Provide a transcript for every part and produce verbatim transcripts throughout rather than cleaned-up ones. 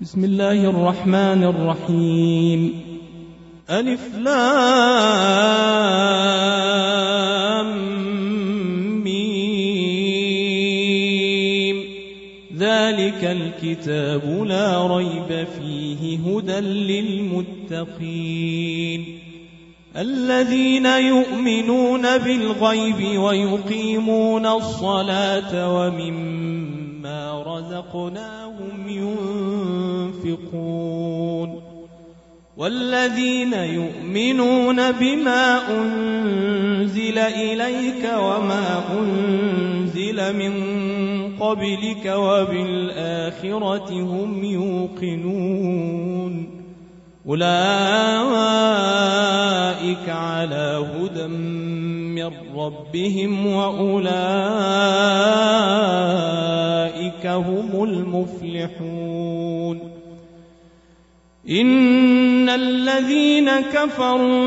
بسم الله الرحمن الرحيم. ألف لام ميم. ذلك الكتاب لا ريب فيه هدى للمتقين الذين يؤمنون بالغيب ويقيمون الصلاة ومما رزقناهم ينفقون والذين يؤمنون بما أنزل إليك وما أنزل من قبلك وبالآخرة هم يوقنون أولئك على هدى من ربهم وأولئك هم المفلحون. إن الذين كفروا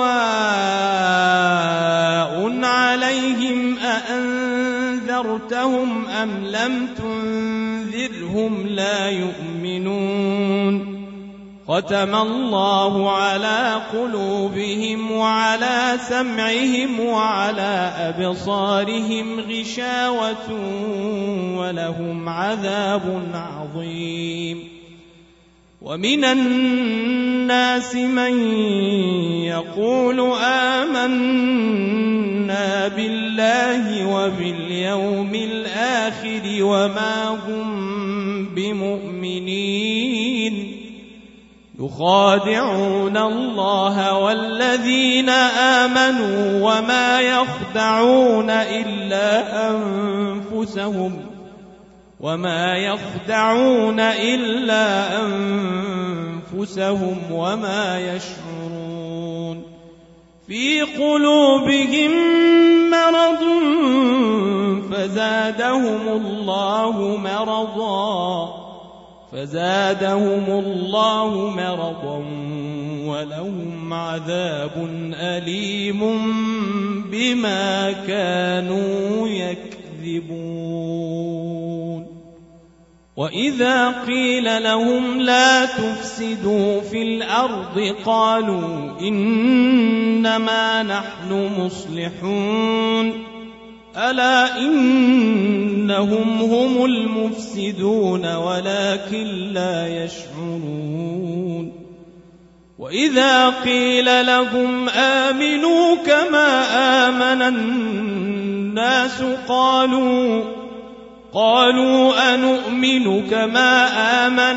سواء عليهم أأنذرتهم أم لم تنذرهم لا يؤمنون. ختم الله على قلوبهم وعلى سمعهم وعلى أبصارهم غشاوة ولهم عذاب عظيم. ومن الناس من يقول آمنا بالله وباليوم الآخر وما هم بمؤمنين يخادعون الله والذين آمنوا وما يخدعون إلا أنفسهم وما يخدعون إلا أنفسهم وما يشعرون. في قلوبهم مرض فزادهم الله مرضا فزادهم الله مرضا ولهم عذاب أليم بما كانوا يكذبون. وإذا قيل لهم لا تفسدوا في الأرض قالوا إنما نحن مصلحون ألا إنهم هم المفسدون ولكن لا يشعرون. وإذا قيل لهم آمنوا كما آمن الناس قالوا قالوا أنؤمن كما آمن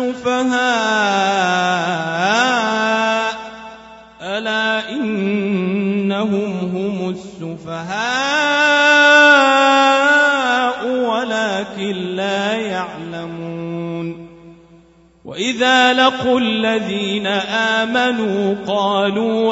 السفهاء ألا إنهم هم السفهاء ولكن لا يعلمون. وإذا لقوا الذين آمنوا قالوا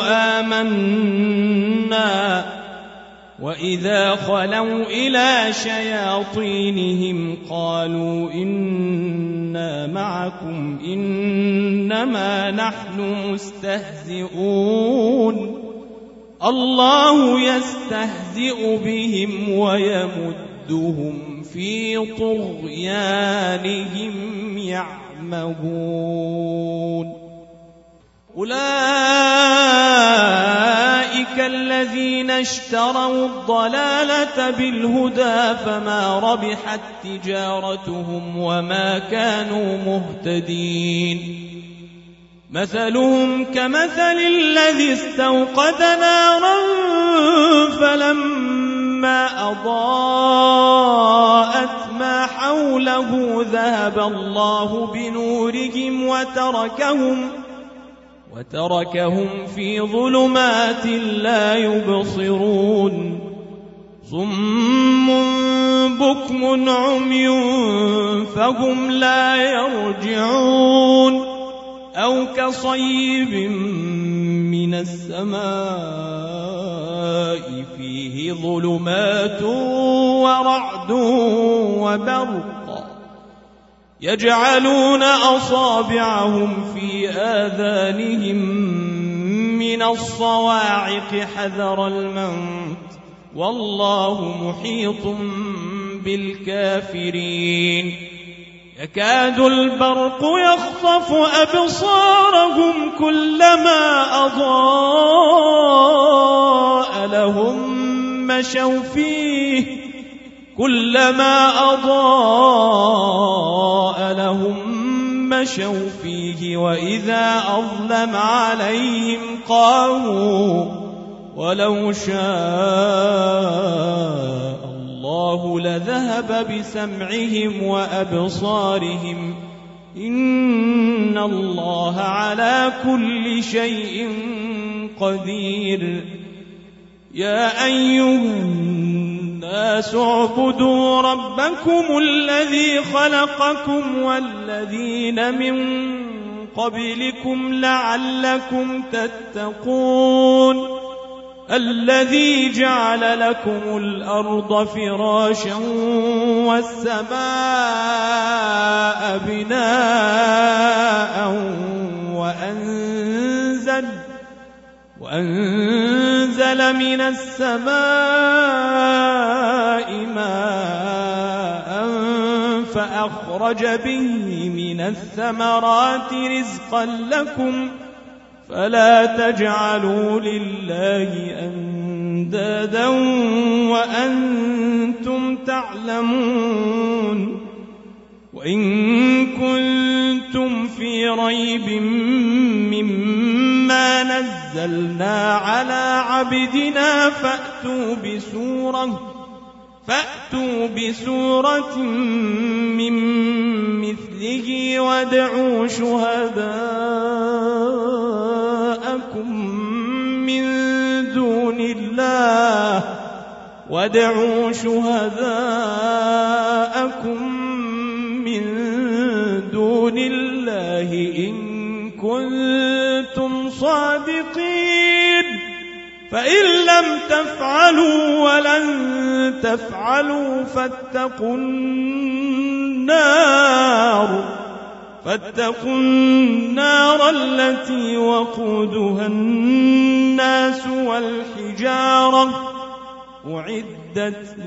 آمنا وإذا خلوا إلى شياطينهم قالوا إنا معكم إنما نحن مستهزئون الله يستهزئ بهم ويمدهم في طغيانهم يعمهون. أولئك الذين اشتروا الضلالة بالهدى فما ربحت تجارتهم وما كانوا مهتدين. مثلهم كمثل الذي استوقد نارا فلما أضاءت ما حوله ذهب الله بنورهم وتركهم وتركهم في ظلمات لا يبصرون. صم بكم عمي فهم لا يرجعون. أو كصيب من السماء فيه ظلمات ورعد وبرق يجعلون أصابعهم في آذانهم من الصواعق حذر الموت والله محيط بالكافرين. يكاد البرق يخطف أبصارهم كلما أضاء لهم مشوا فيه كلما أضاء لهم مشوا فيه وإذا أظلم عليهم قاموا ولو شاء الله لذهب بسمعهم وأبصارهم إن الله على كل شيء قدير. يا أيها الناس اعبدوا ربكم الذي خلقكم والذين من قبلكم لعلكم تتقون الذي جعل لكم الأرض فراشا والسماء بناء وأنزل وأنزل من السماء ماء فأخرج به من الثمرات رزقا لكم فلا تجعلوا لله أندادا وأنتم تعلمون. وإن كنتم في ريب مما نزلنا على عبدنا فأتوا بسورة فأتوا بسورة من مثله وادعوا شهداءكم من دون الله وادعوا شهداءكم من دون الله إن كنتم صادقين فإن لم تفعلوا ولن تفعلوا فاتقوا النار فاتقوا النار التي وقودها الناس والحجارة أعدت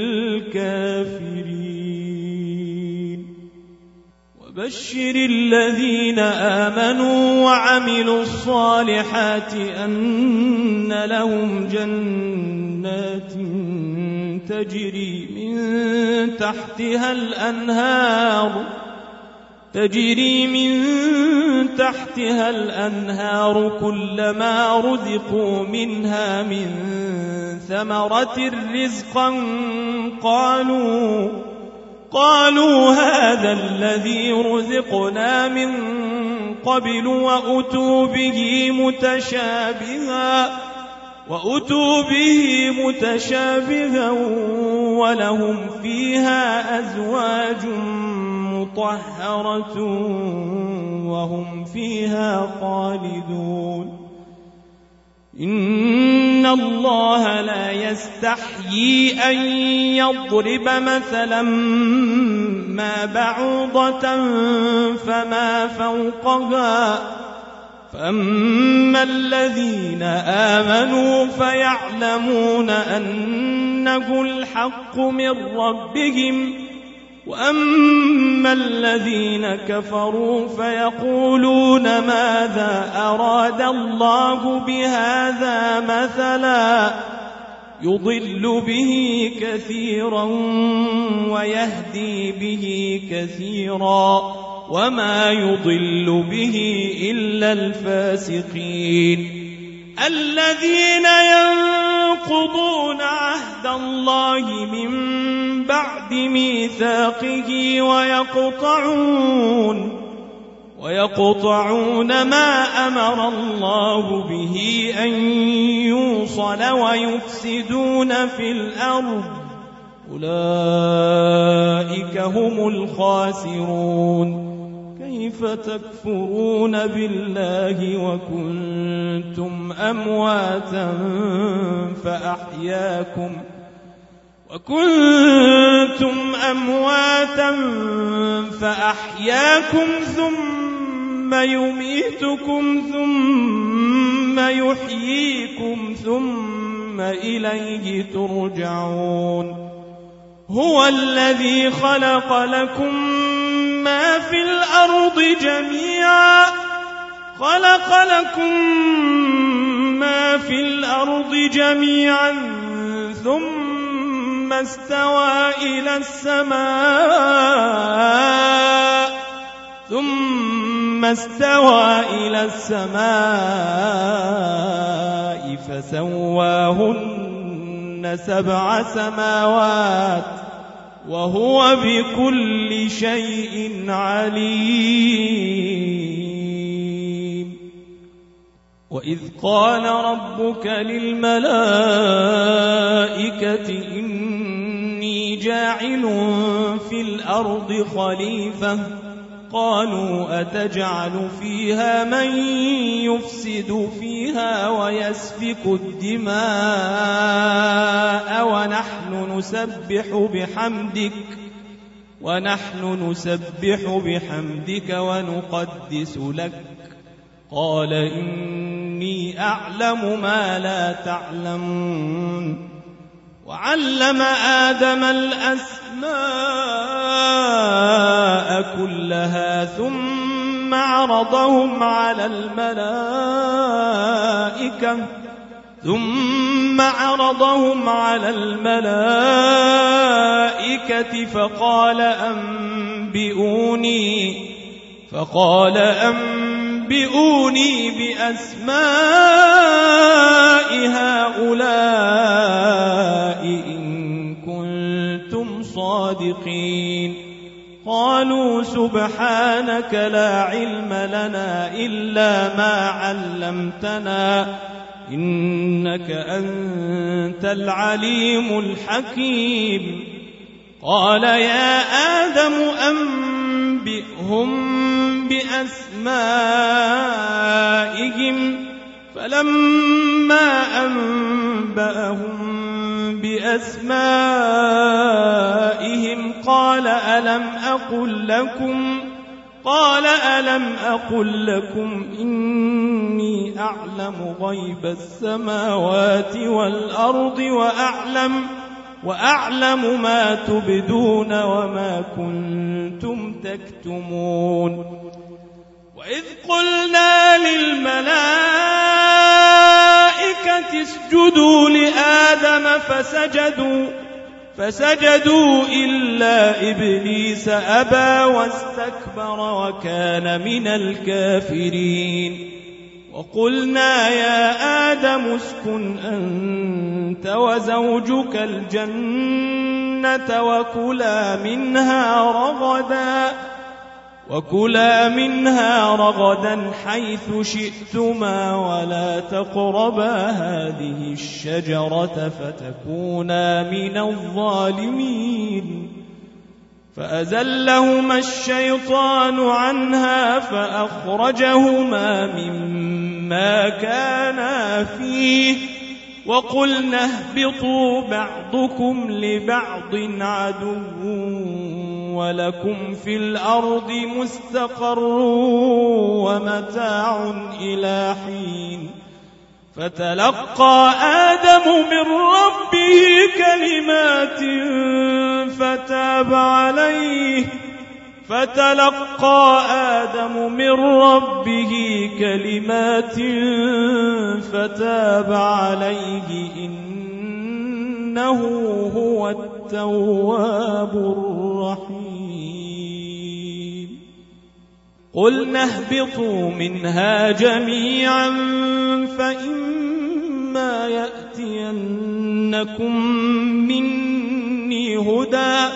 للكافرين. وبشر الذين آمنوا وعملوا الصالحات أن لهم جنات تجري من تحتها الأنهار تجري من تحتها الأنهار كلما رزقوا منها من ثمرة رزقا قالوا قالوا هذا الذي رزقنا من قبل وأتوا به متشابها وأتوا به متشابها ولهم فيها أزواج مطهرة وهم فيها خالدون. إن الله لا يستحيي أن يضرب مثلا ما بعوضة فما فوقها فأما الذين آمنوا فيعلمون أنه الحق من ربهم وأما الذين كفروا فيقولون ماذا أراد الله بهذا مثلا يضل به كثيرا ويهدي به كثيرا وما يضل به إلا الفاسقين الذين ينقضون عهد الله من بعد ميثاقه ويقطعون ويقطعون ما أمر الله به أن يوصل ويفسدون في الأرض أولئك هم الخاسرون. كيف تكفرون بالله وكنتم أمواتا فأحياكم وكنتم أمواتا فأحياكم ثم يميتكم ثم يحييكم ثم إليه ترجعون. هو الذي خلق لكم ما في الأرض جميعا خلق لكم ما في الأرض جميعا ثم استوى إلى السماء ثم استوى إلى السماء فسواهن سبع سماوات وهو بكل شيء عليم. وإذ قال ربك للملائكة إني جاعل في الأرض خليفة قالوا أتجعل فيها من يفسد فيها ويسفك الدماء ونحن نسبح بحمدك ونحن نسبح بحمدك ونقدس لك قال إني أعلم ما لا تعلمون. وعلم آدم الأسماء كلها ثم عرضهم على الملائكة ثم عرضهم على الملائكة فقال أنبئوني فقال أنبئوني بأسماء هؤلاء إن كنتم صادقين. قالوا سبحانك لا علم لنا إلا ما علمتنا إنك أنت العليم الحكيم. قال يا آدم أنبئهم بأسمائهم فلما أنبأهم بأسمائهم قال ألم أقل لكم قال ألم أقل لكم إني أعلم غيب السماوات والأرض وأعلم وأعلم ما تبدون وما كنتم تكتمون. وإذ قلنا للملائكة اسجدوا لآدم فسجدوا فسجدوا إلا إبليس أبى واستكبر وكان من الكافرين. وقلنا يا آدم اسكن أنت وزوجك الجنة وكلا منها رغدا وكلا منها رغدا حيث شئتما ولا تقربا هذه الشجرة فتكونا من الظالمين. فأزلهما الشيطان عنها فأخرجهما مما كانا فيه وقلنا اهبطوا بعضكم لبعض عدو ولكم في الأرض مستقر ومتاع إلى حين. فتلقى آدم من ربه كلمات فتاب عليه فتلقى آدم من ربه كلمات فتاب عليه إنه هو التواب الرحيم. قلنا اهبطوا منها جميعا فإما يأتينكم مني هدى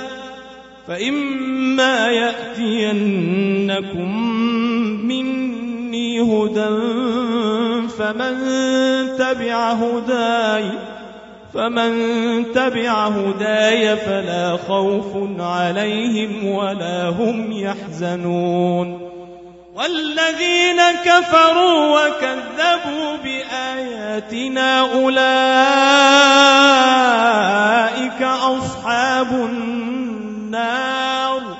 فإما يأتينكم مني هدى فمن تبع هداي فمن تبع هداي فلا خوف عليهم ولا هم يحزنون. والذين كفروا وكذبوا بآياتنا أولئك أصحاب النار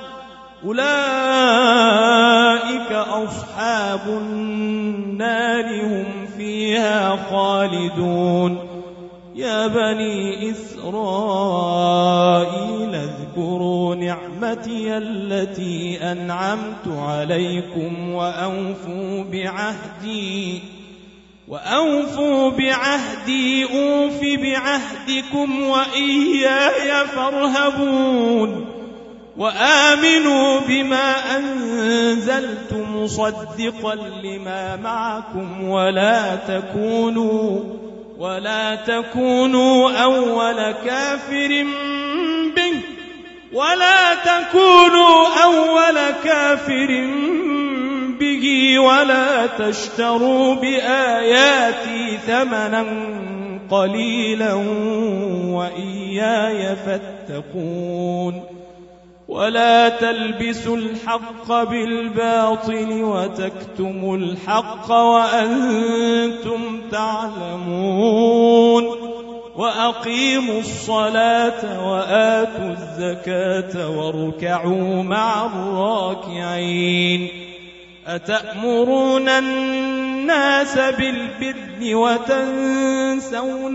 أولئك أصحاب النار هم فيها خالدون. يا بني إسرائيل اذكروا نعمتي نعمتي التي أنعمت عليكم وأوفوا بعهدي وأوفوا بعهدي أوف بعهدكم وإياي فارهبون وآمنوا بما أنزلت مصدقا لما معكم ولا تكونوا ولا تكونوا أول كافر به ولا تكونوا أول كافر به ولا تشتروا بآياتي ثمنا قليلا وإياي فاتقون ولا تلبسوا الحق بالباطل وتكتموا الحق وأنتم تعلمون وأقيموا الصلاة وآتوا الزكاة واركعوا مع الراكعين أتأمرون الناس بالبر وتنسون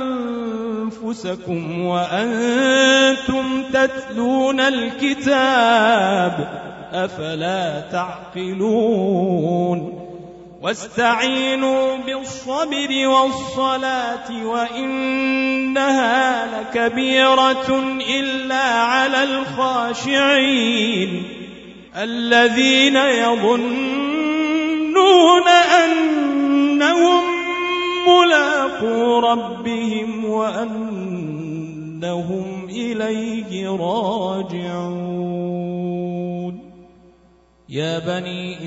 أنفسكم وأنتم تتلون الكتاب أفلا تعقلون واستعينوا بالصبر والصلاة وإنها لكبيرة إلا على الخاشعين الذين يظنون أنهم ملاقو ربهم وأنهم إليه راجعون يا بني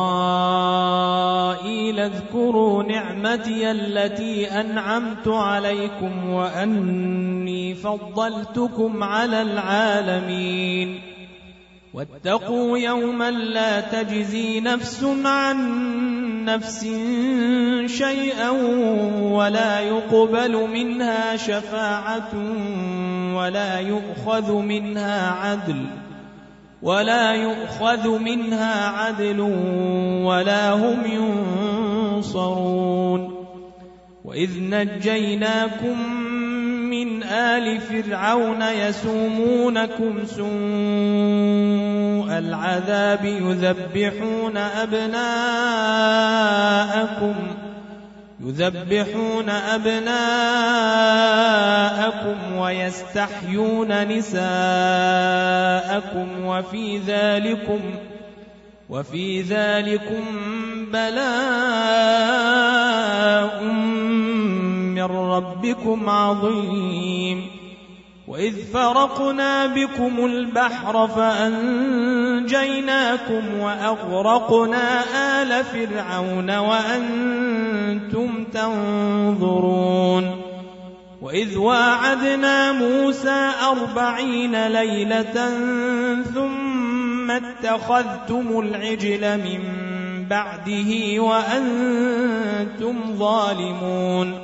إسرائيل اذكروا نعمتي التي أنعمت عليكم وأني فضلتكم على العالمين واتقوا يوما لا تجزي نفس عن نفس شيئا ولا يقبل منها شفاعة ولا يؤخذ منها عدل ولا يؤخذ منها عدل ولا هم ينصرون وإذ نجيناكم من آل فرعون يسومونكم سوء العذاب يذبحون أبناءكم يذبحون أبناءكم ويستحيون نساءكم وفي ذلكم وفي ذلكم بلاء من ربكم عظيم وإذ فرقنا بكم البحر فأنجيناكم وأغرقنا آل فرعون وأنتم تنظرون وإذ واعدنا موسى أربعين ليلة ثم اتخذتم العجل من بعده وأنتم ظالمون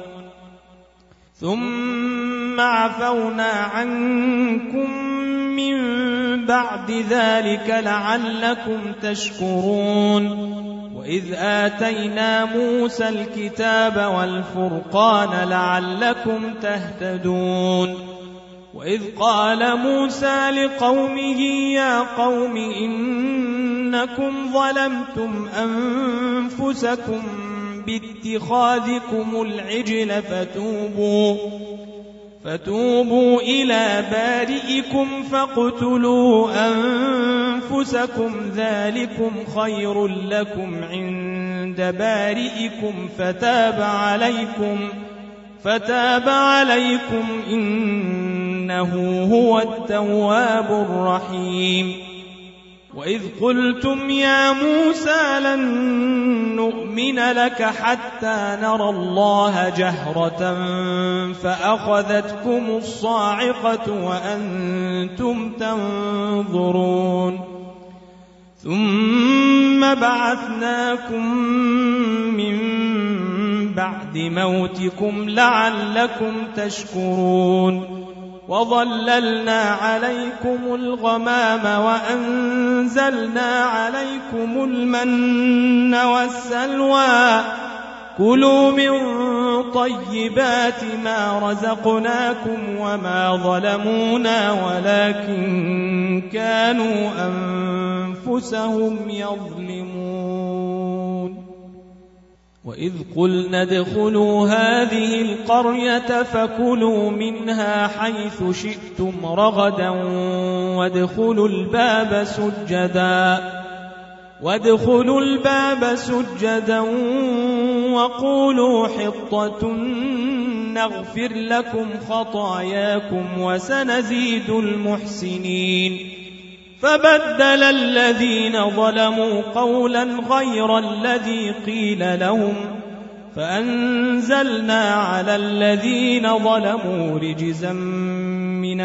ثم عفونا عنكم من بعد ذلك لعلكم تشكرون وإذ آتينا موسى الكتاب والفرقان لعلكم تهتدون وإذ قال موسى لقومه يا قوم إنكم ظلمتم أنفسكم باتخاذكم العجل فتوبوا فتوبوا إلى بارئكم فاقتلوا أنفسكم ذلكم خير لكم عند بارئكم فتاب عليكم فتاب عليكم إنه هو التواب الرحيم وإذ قلتم يا موسى لن نؤمن لك حتى نرى الله جهرة فأخذتكم الصاعقة وأنتم تنظرون ثم بعثناكم من بعد موتكم لعلكم تشكرون وظللنا عليكم الغمام وأنزلنا عليكم المن والسلوى كلوا من طيبات ما رزقناكم وما ظلمونا ولكن كانوا أنفسهم يظلمون وإذ قلنا ادخلوا هذه القرية فكلوا منها حيث شئتم رغدا وادخلوا الباب سجدا وادخلوا الباب سجدا وقولوا حطة نغفر لكم خطاياكم وسنزيد المحسنين فبدل الذين ظلموا قولا غير الذي قيل لهم فأنزلنا على الذين ظلموا رجزا من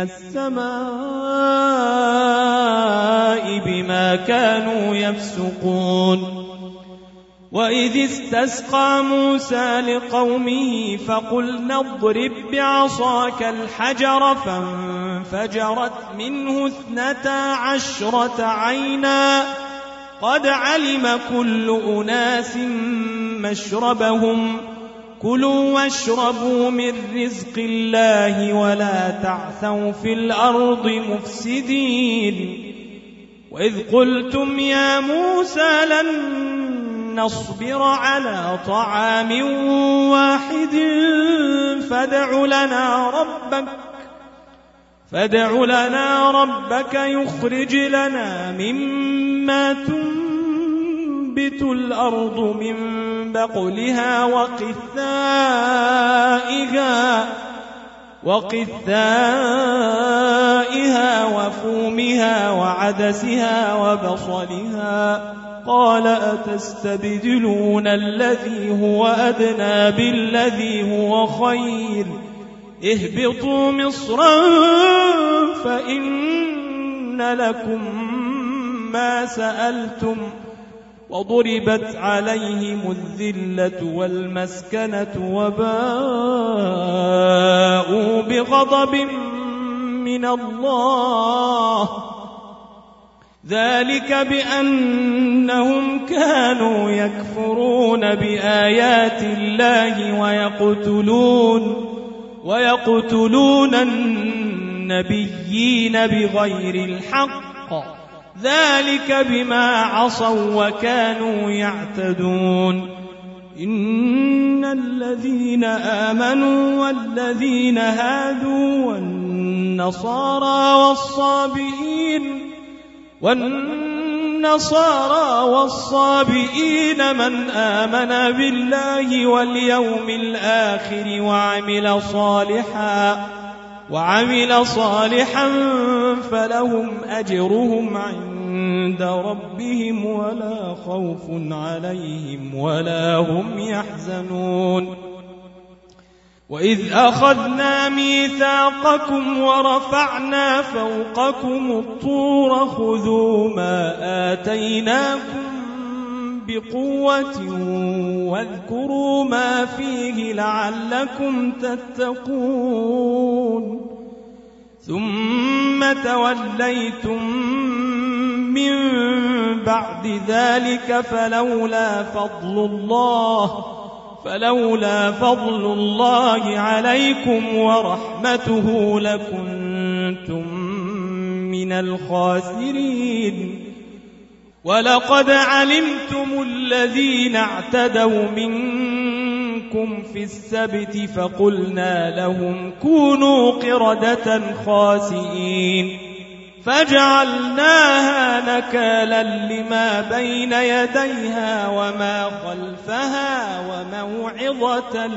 السماء بما كانوا يفسقون وإذ استسقى موسى لقومه فقلنا اضرب بعصاك الحجر فانفجرت منه اثنتا عشرة عينا قد علم كل أناس مشربهم كلوا واشربوا من رزق الله ولا تعثوا في الأرض مفسدين وإذ قلتم يا موسى لن نصبر على طعام واحد فادع لنا ربك فادع لنا ربك يخرج لنا مما تنبت الأرض من بقلها وقثائها وقثائها وفومها وعدسها وبصلها قال أتستبدلون الذي هو أدنى بالذي هو خير اهبطوا مصرا فإن لكم ما سألتم وضربت عليهم الذلة والمسكنة وباءوا بغضب من الله ذلك بأنهم كانوا يكفرون بآيات الله ويقتلون ويقتلون النبيين بغير الحق ذلك بما عصوا وكانوا يعتدون إن الذين آمنوا والذين هادوا والنصارى والصابئين والنصارى والصابئين من آمن بالله واليوم الآخر وعمل صالحا وعمل صالحا فلهم أجرهم عند ربهم ولا خوف عليهم ولا هم يحزنون وإذ أخذنا ميثاقكم ورفعنا فوقكم الطور خذوا ما آتيناكم بقوة واذكروا ما فيه لعلكم تتقون ثم توليتم من بعد ذلك فلولا فضل الله فلولا فضل الله عليكم ورحمته لكنتم من الخاسرين ولقد علمتم الذين اعتدوا منكم في السبت فقلنا لهم كونوا قردة خاسئين فجعلناها نكالا لما بين يديها وما خلفها وموعظة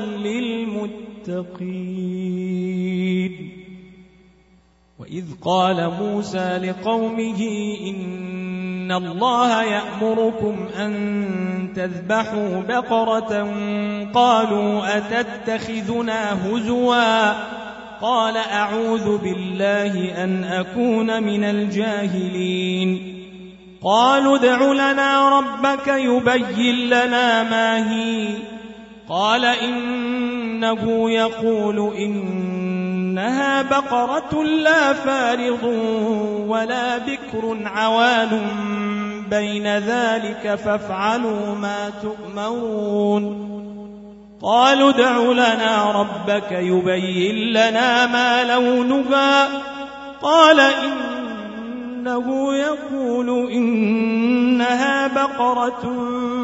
للمتقين وإذ قال موسى لقومه إن الله يأمركم أن تذبحوا بقرة قالوا أتتخذنا هزوا قال أعوذ بالله أن أكون من الجاهلين قالوا ادع لنا ربك يبين لنا ما هي قال إنه يقول إنها بقرة لا فارض ولا بكر عوان بين ذلك فافعلوا ما تؤمرون قالوا ادع لنا ربك يبين لنا ما لونها قال إنه يقول إنها بقرة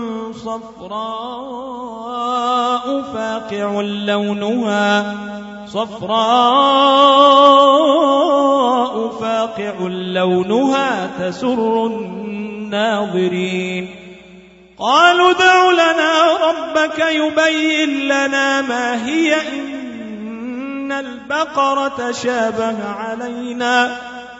صفراء فاقع لونها صفراء فاقع لونها تسر الناظرين قالوا ادع لنا ربك يبين لنا ما هي إن البقرة شابه علينا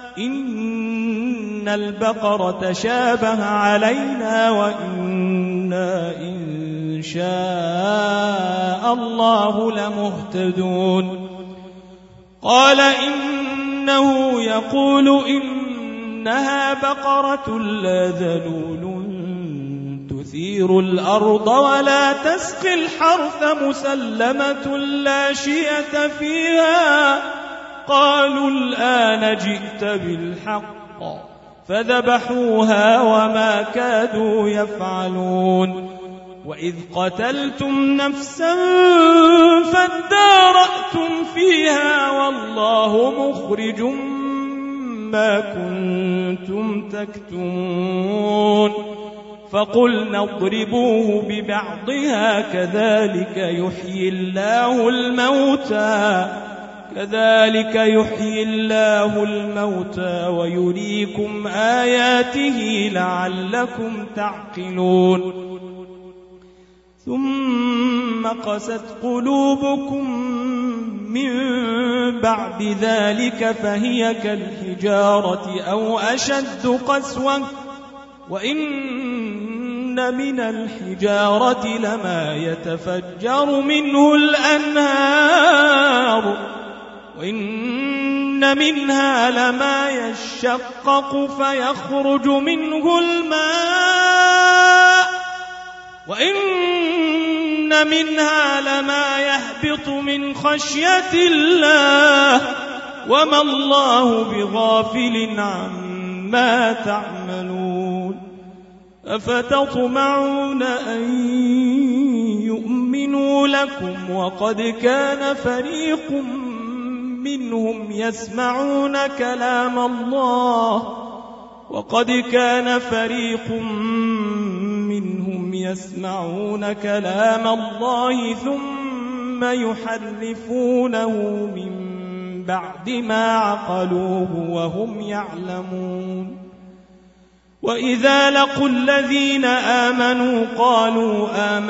إن البقرة شابه علينا وإنا إن شاء الله لمهتدون قال إنه يقول إنها بقرة لا ذلول تثير الأرض ولا تسقي الحرث مسلمة لا شية فيها قالوا الآن جئت بالحق فذبحوها وما كادوا يفعلون وإذ قتلتم نفسا فادارأتم فيها والله مخرج ما كنتم تكتمون فقلنا اضربوه ببعضها كذلك يحيي الله الموتى كذلك يحيي الله الموتى ويريكم آياته لعلكم تعقلون ثم قست قلوبكم من بعد ذلك فهي كالحجارة أو أشد قسوة وإن من الحجارة لما يتفجر منه الأنهار وإن منها لما يشقق فيخرج منه الماء وإن منها لما يهبط من خشية الله وما الله بغافل عما تعملون أفتطمعون أن يؤمنوا لكم وقد كان فريق منهم يسمعون كلام الله وقد كان فريق منهم يسمعون كلام الله ثم يحرفونه من بعد ما عقلوه وهم يعلمون وإذا لقوا الذين آمنوا قالوا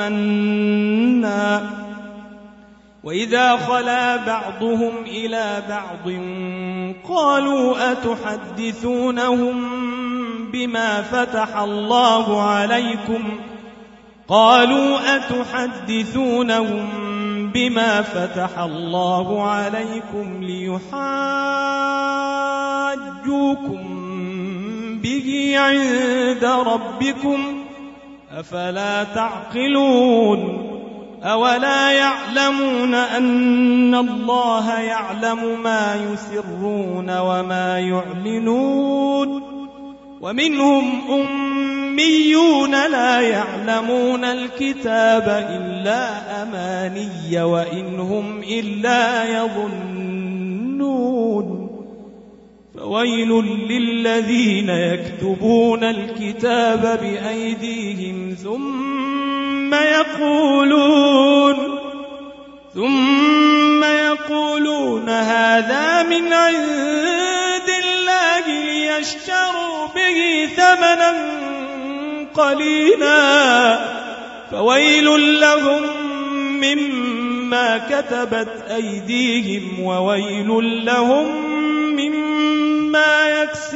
آمنا وإذا خلا بعضهم إلى بعض قالوا أتحدثونهم بما فتح الله عليكم قالوا أتحدثونهم بما فتح الله عليكم ليحاجوكم به عند ربكم أفلا تعقلون أولا يعلمون أن الله يعلم ما يسرون وما يعلنون ومنهم أميون لا يعلمون الكتاب إلا أماني وإن هم إلا يظنون فويل للذين يكتبون الكتاب بأيديهم ثم يقولون ثم يقولون هذا من عند الله ليشتروا به ثمنا قليلا فويل لهم مما كتبت أيديهم وويل لهم مما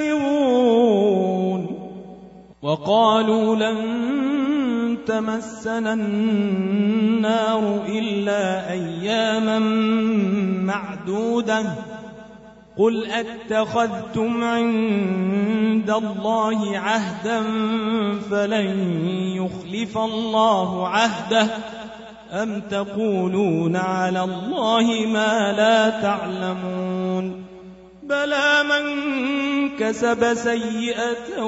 يكسبون وقالوا لن تمسنا النار إلا أياما معدودة قل أتخذتم عند الله عهدا فلن يخلف الله عهده أم تقولون على الله ما لا تعلمون بلى من كسب سيئة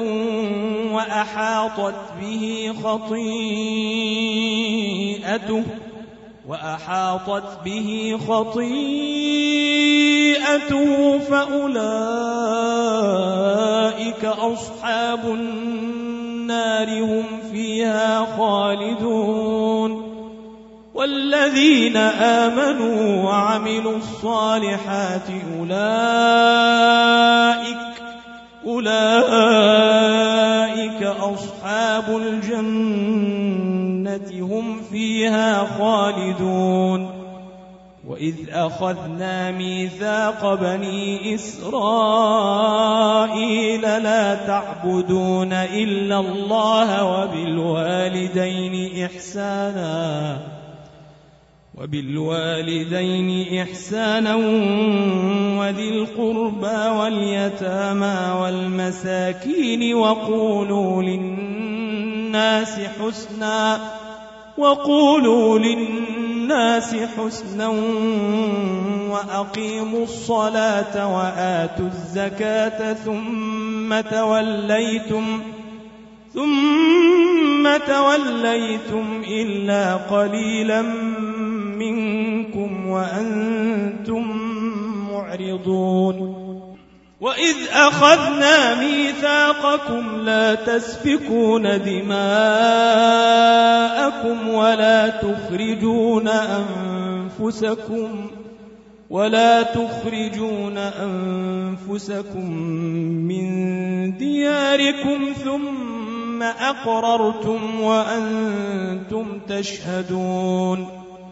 وأحاطت به خطيئته وأحاطت به خطيئته فأولئك أصحاب النار هم فيها خالدون والذين آمنوا وعملوا الصالحات أولئك أولئك أصحاب الجنة هم فيها خالدون وإذ أخذنا ميثاق بني إسرائيل لا تعبدون إلا الله وبالوالدين إحسانا وبالوالدين إحسانا وذي القربى واليتامى والمساكين وقولوا للناس حسنا وقولوا للناس حسنا وأقيموا الصلاة وآتوا الزكاة ثم توليتم ثم توليتم إلا قليلا منكم وأنتم معرضون وإذ أخذنا ميثاقكم لا تسفكون دماءكم ولا تخرجون أنفسكم ولا تخرجون أنفسكم من دياركم ثم أقررتم وأنتم تشهدون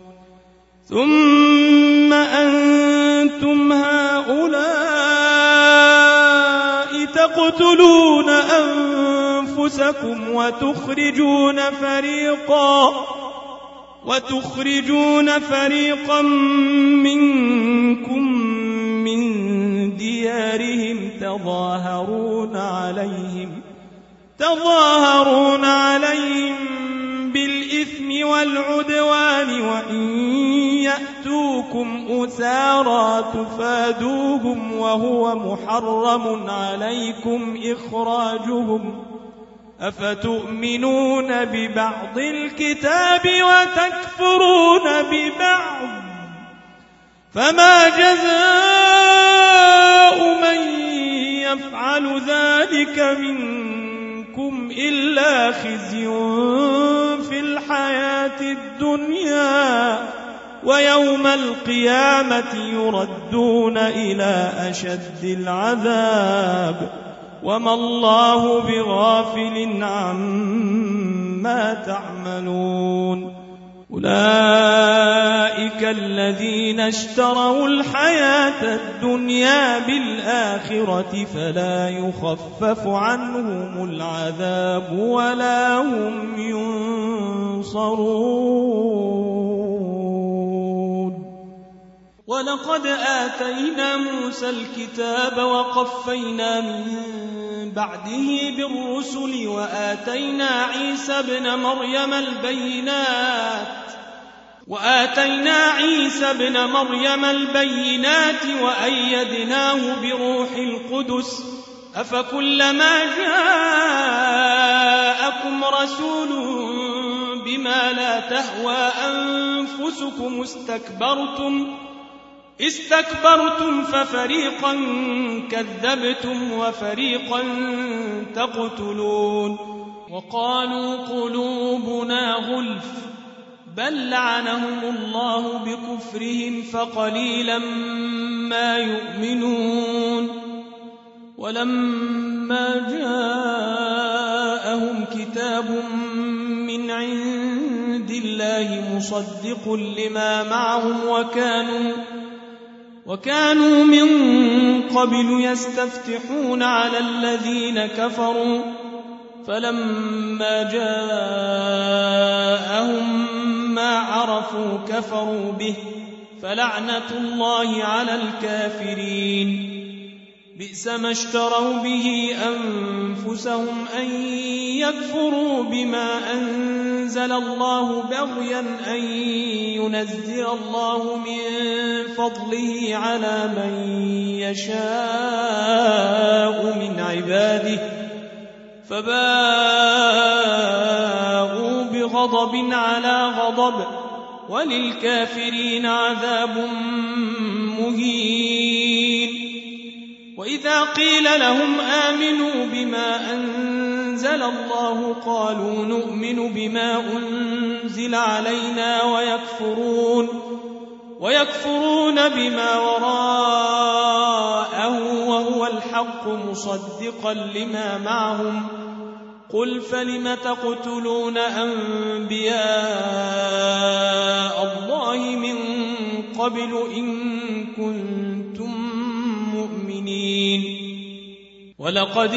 ثم أنتم هؤلاء تقتلون أنفسكم وتخرجون فريقا وتخرجون فريقا منكم من ديارهم تظاهرون عليهم تظاهرون عليهم بالإثم والعدوان وإن يأتوكم أسارى تفادوهم وهو محرم عليكم إخراجهم أفتؤمنون ببعض الكتاب وتكفرون ببعض فما جزاء من يفعل ذلك منكم إلا خزي في الحياة الدنيا ويوم القيامة يردون إلى أشد العذاب وما الله بغافل عما تعملون أولئك الذين اشتروا الحياة الدنيا بالآخرة فلا يخفف عنهم العذاب ولا هم ينصرون ولقد آتينا موسى الكتاب وقفينا من بعده بالرسل وآتينا عيسى ابن مريم البينات وآتينا عيسى ابن مريم البينات وأيدناه بروح القدس أفكلما جاءكم رسول بما لا تهوى أنفسكم استكبرتم استكبرتم ففريقا كذبتم وفريقا تقتلون وقالوا قلوبنا غلف بل لعنهم الله بكفرهم فقليلا ما يؤمنون ولما جاءهم كتاب من عند الله مصدق لما معهم وكانوا وكانوا من قبل يستفتحون على الذين كفروا فلما جاءهم ما عرفوا كفروا به فلعنة الله على الكافرين بئس ما اشتروا به أنفسهم أن يكفروا بما أنزل الله بغيا أن ينزل الله من فضله على من يشاء من عباده فباءوا بغضب على غضب وللكافرين عذاب مهين. وإذا قيل لهم آمنوا بما أنزل الله قالوا نؤمن بما أنزل علينا ويكفرون ويكفرون بما وراءه وهو الحق مصدقا لما معهم. قل فلم تقتلون أنبياء الله من قبل إن كنتم مؤمنين. ولقد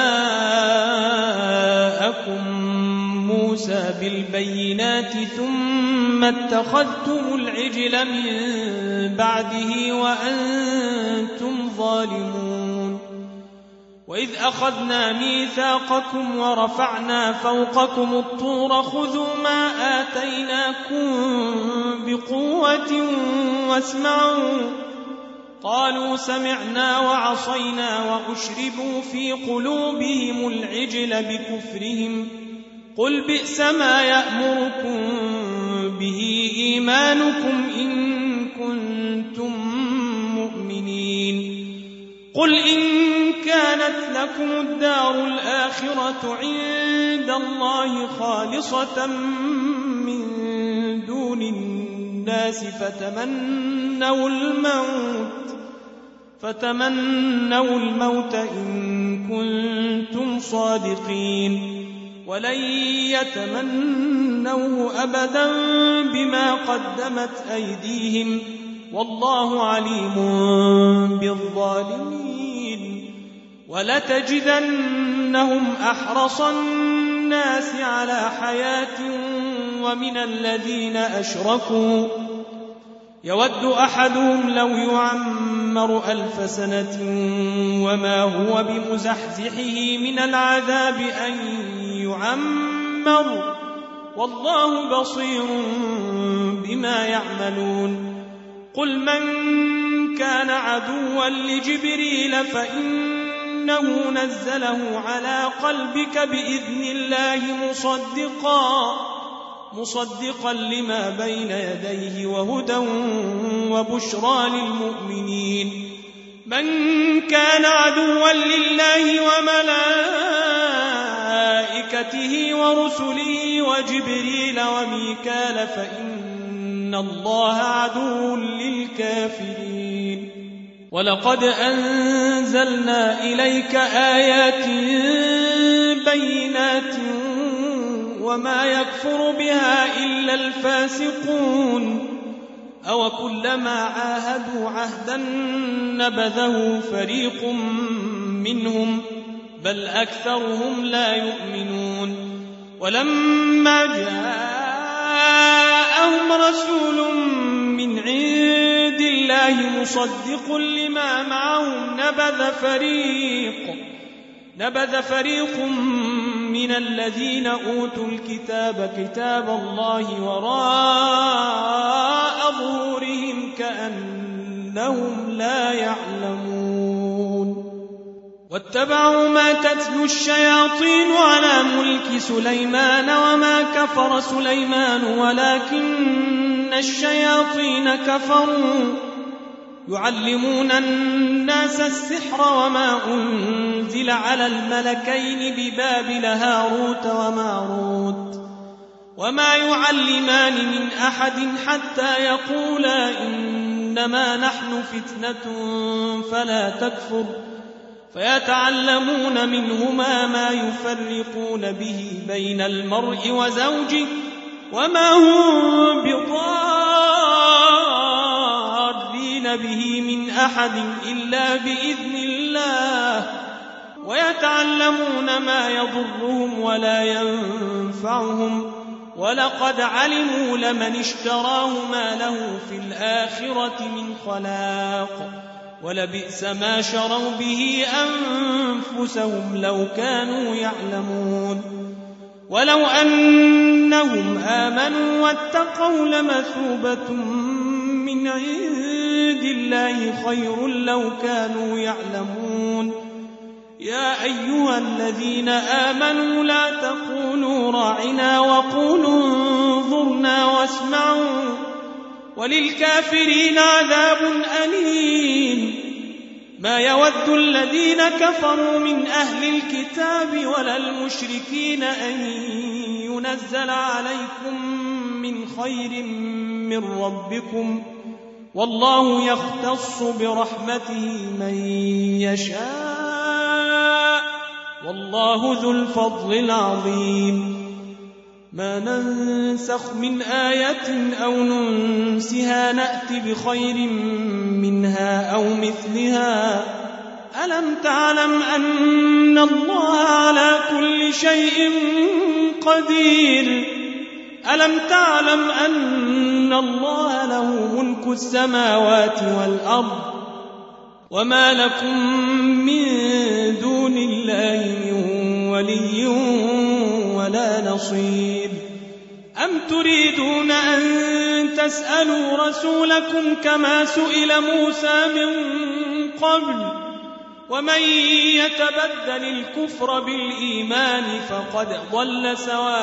جاءكم موسى بالبينات ثم اتخذتم العجل من بعده وأنتم ظالمون. وإذ أخذنا ميثاقكم ورفعنا فوقكم الطور خذوا ما آتيناكم بقوة واسمعوا. قالوا سمعنا وعصينا وأشربوا في قلوبهم العجل بكفرهم. قل بئس ما يأمركم به إيمانكم إن كنتم مؤمنين. قل إن كانت لكم الدار الآخرة عند الله خالصة من دون الناس فتمنوا الموت فتمنوا الموت إن كنتم صادقين ولن يتمنوه أبدا بما قدمت أيديهم والله عليم بالظالمين. ولتجدنهم أحرص الناس على حياة ومن الذين أشركوا يود أحدهم لو يعمر ألف سنة وما هو بمزحزحه من العذاب أن يعمر والله بصير بما يعملون. قل من كان عدوا لجبريل فإنه نزله على قلبك بإذن الله مصدقا مصدقا لما بين يديه وهدى وبشرى للمؤمنين. من كان عدوا لله وملائكته ورسله وجبريل وميكال فإن الله عدو للكافرين. ولقد أنزلنا إليك آيات بينات وما يكفر بها إلا الفاسقون. أو كلما عاهدوا عهدا نبذه فريق منهم بل أكثرهم لا يؤمنون. ولما جاءهم رسول من عند الله مصدق لما معهم نبذ فريق نبذ فريق من الذين أوتوا الكتاب كتاب الله وراء ظهورهم كأنهم لا يعلمون. واتبعوا ما تتلو الشياطين على ملك سليمان وما كفر سليمان ولكن الشياطين كفروا يعلمون الناس السحر وما أنزل على الملكين ببابل هاروت وماروت وما يعلمان من أحد حتى يقولا إنما نحن فتنة فلا تكفر فيتعلمون منهما ما يفرقون به بين المرء وزوجه وما هم بضارين به من أحد إلا بإذن الله ويتعلمون ما يضرهم ولا ينفعهم ولقد علموا لمن اشتراه ما له في الآخرة من خلاق ولبئس ما شروا به أنفسهم لو كانوا يعلمون. ولو أنهم آمنوا واتقوا لمثوبة من عند الله خير لو كانوا يعلمون. يا أيها الذين آمنوا لا تقولوا راعنا وقولوا انظرنا انظرنا واسمعوا وللكافرين عذاب أليم. ما يود الذين كفروا من أهل الكتاب ولا المشركين أن ينزل عليكم من خير من ربكم، والله يختص برحمته من يشاء، والله ذو الفضل العظيم. ما ننسخ من آية أو ننسها نأت بخير منها أو مثلها. ألم تعلم أن الله على كل شيء قدير؟ ألم تعلم أن الله له ملك السماوات والأرض وما لكم من دون الله من ولي ولا نصير؟ أم تريدون أن تسألوا رسولكم كما سئل موسى من قبل؟ ومن يتبدل الكفر بالإيمان فقد ضل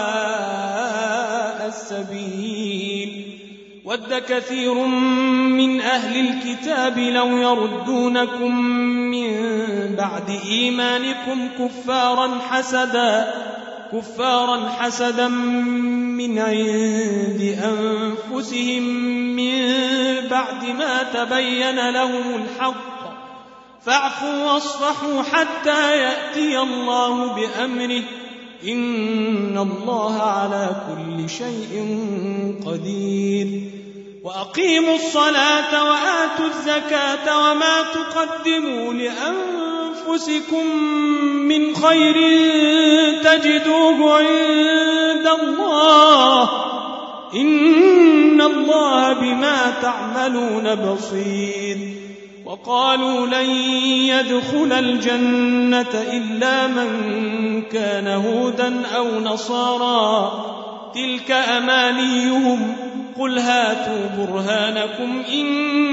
سواء السبيل. ود كثير من أهل الكتاب لو يردونكم من بعد إيمانكم كفارا حسدا كفارا حسدا من عند أنفسهم من بعد ما تبين لهم الحق، فاعفوا واصفحوا حتى يأتي الله بأمره، إن الله على كل شيء قدير. وأقيموا الصلاة وآتوا الزكاة وما تقدموا لأنفسكم من خير تجدوه عند الله، إن الله بما تعملون بصير. وقالوا لن يدخل الجنة إلا من كان هودا أو نصارى، تلك أمانيهم، قل هاتوا برهانكم إن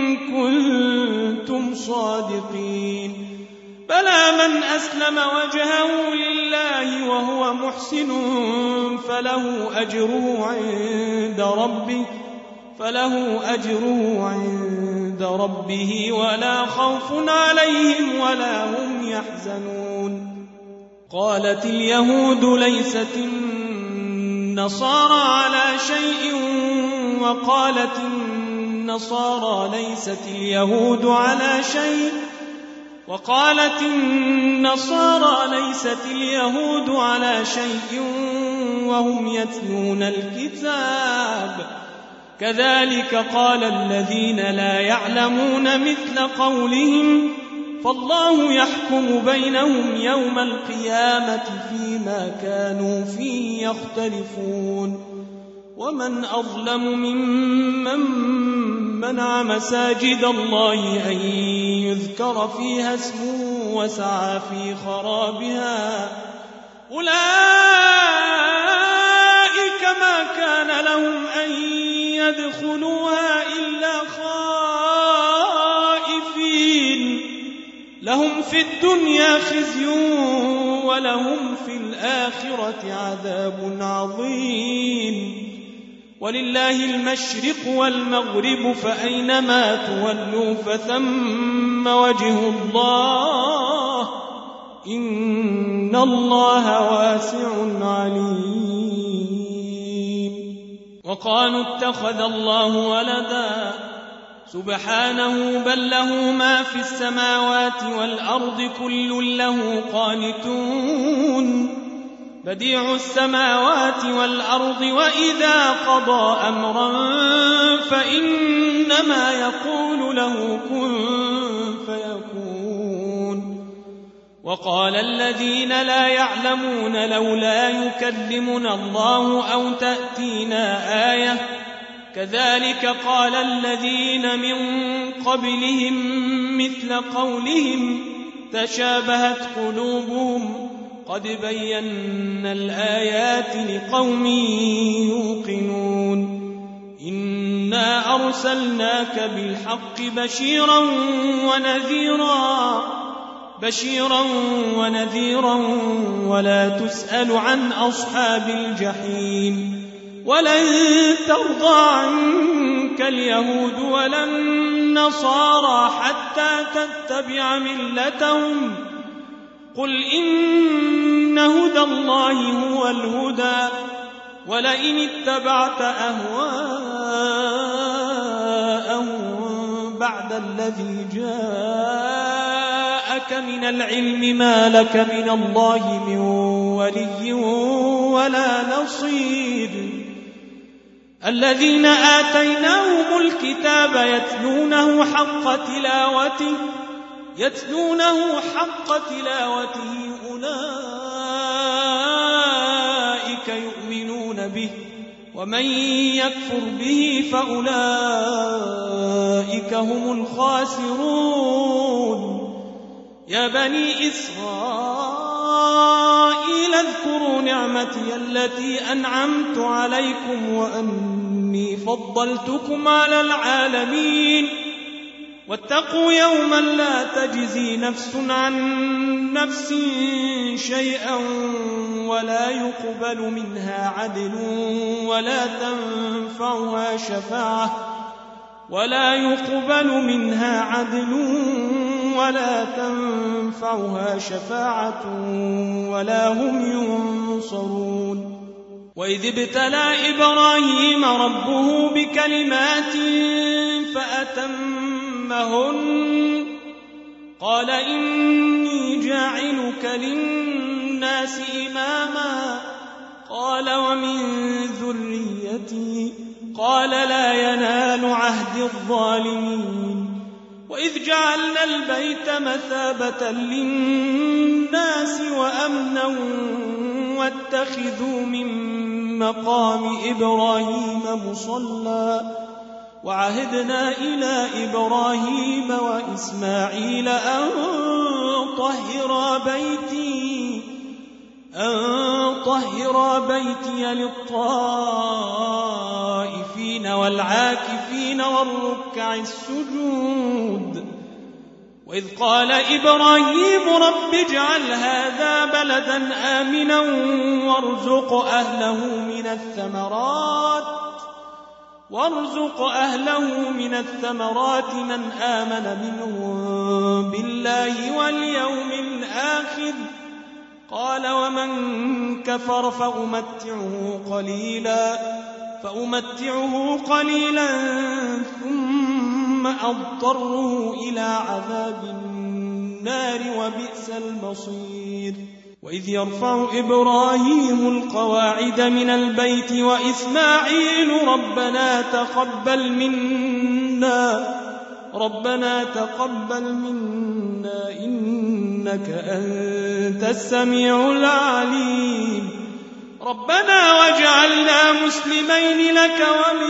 كنتم صادقين. بلى من أسلم وجهه لله وهو محسن فله أجره عند ربه فله أجره عند ربه ولا خوف عليهم ولا هم يحزنون. قالت اليهود ليست النصارى على شيء وقالت النصارى ليست اليهود على شيء وقالت النصارى ليست اليهود على شيء وهم يتلون الكتاب، كذلك قال الذين لا يعلمون مثل قولهم، فالله يحكم بينهم يوم القيامة فيما كانوا فيه يختلفون. ومن أظلم ممن منع مساجد الله أن يذكر فيها اسمه وسعى في خرابها، أولئك ما كان لهم أن يدخلوها إلا خائفين، لهم في الدنيا خزي ولهم في الآخرة عذاب عظيم. ولله المشرق والمغرب فأينما تولوا فثم وجه الله، إن الله واسع عليم. وقالوا اتخذ الله ولدا، سبحانه بل له ما في السماوات والأرض كل له قانتون، بديع السماوات والأرض وإذا قضى أمرا فإنما يقول له كن فيكون. وقال الذين لا يعلمون لولا يكلمنا الله أو تأتينا آية، كذلك قال الذين من قبلهم مثل قولهم تشابهت قلوبهم، قد بينا الآيات لقوم يوقنون. إنا أرسلناك بالحق بشيرا ونذيرا بشيرا ونذيرا ولا تسأل عن أصحاب الجحيم. ولن ترضى عنك اليهود ولا النصارى حتى تتبع ملتهم قل إن هدى الله هو الهدى ولئن اتبعت أهواءهم بعد الذي جاءك من العلم ما لك من الله من ولي ولا نصير الذين آتيناهم الكتاب يتلونه حق تلاوته يتلونه حق تلاوته أولئك يؤمنون به ومن يكفر به فأولئك هم الخاسرون يا بني إسرائيل اذكروا نعمتي التي أنعمت عليكم وأني فضلتكم على العالمين واتقوا يوما لا تجزي نفس عن نفس شيئا ولا يقبل منها عدل ولا تنفعها شفاعة ولا يقبل منها عدل ولا تنفعها شفاعة ولا هم ينصرون وإذ ابتلى إبراهيم ربه بكلمات فأتمهن قال إني جاعلك للناس إماما قال ومن ذريتي قال لا ينال عهد الظالمين وإذ جعلنا البيت مثابة للناس وأمنا واتخذوا من مقام إبراهيم مصلى وعهدنا إلى إبراهيم وإسماعيل أن طهرا بيتي أن طهرا بيتي للطائفين والعاكفين والركع السجود وإذ قال إبراهيم رب اجعل هذا بلدا آمنا وارزق أهله من الثمرات وارزق أهله من الثمرات من آمن منهم بالله واليوم الآخر قال ومن كفر فأمتعه قليلا فأمتعه قليلا ثم أضطره إلى عذاب النار وبئس المصير وإذ يرفع إبراهيم القواعد من البيت وإسماعيل ربنا تقبل منا ربنا تقبل منا إنك أنت السميع العليم ربنا واجعلنا مسلمين لك ومن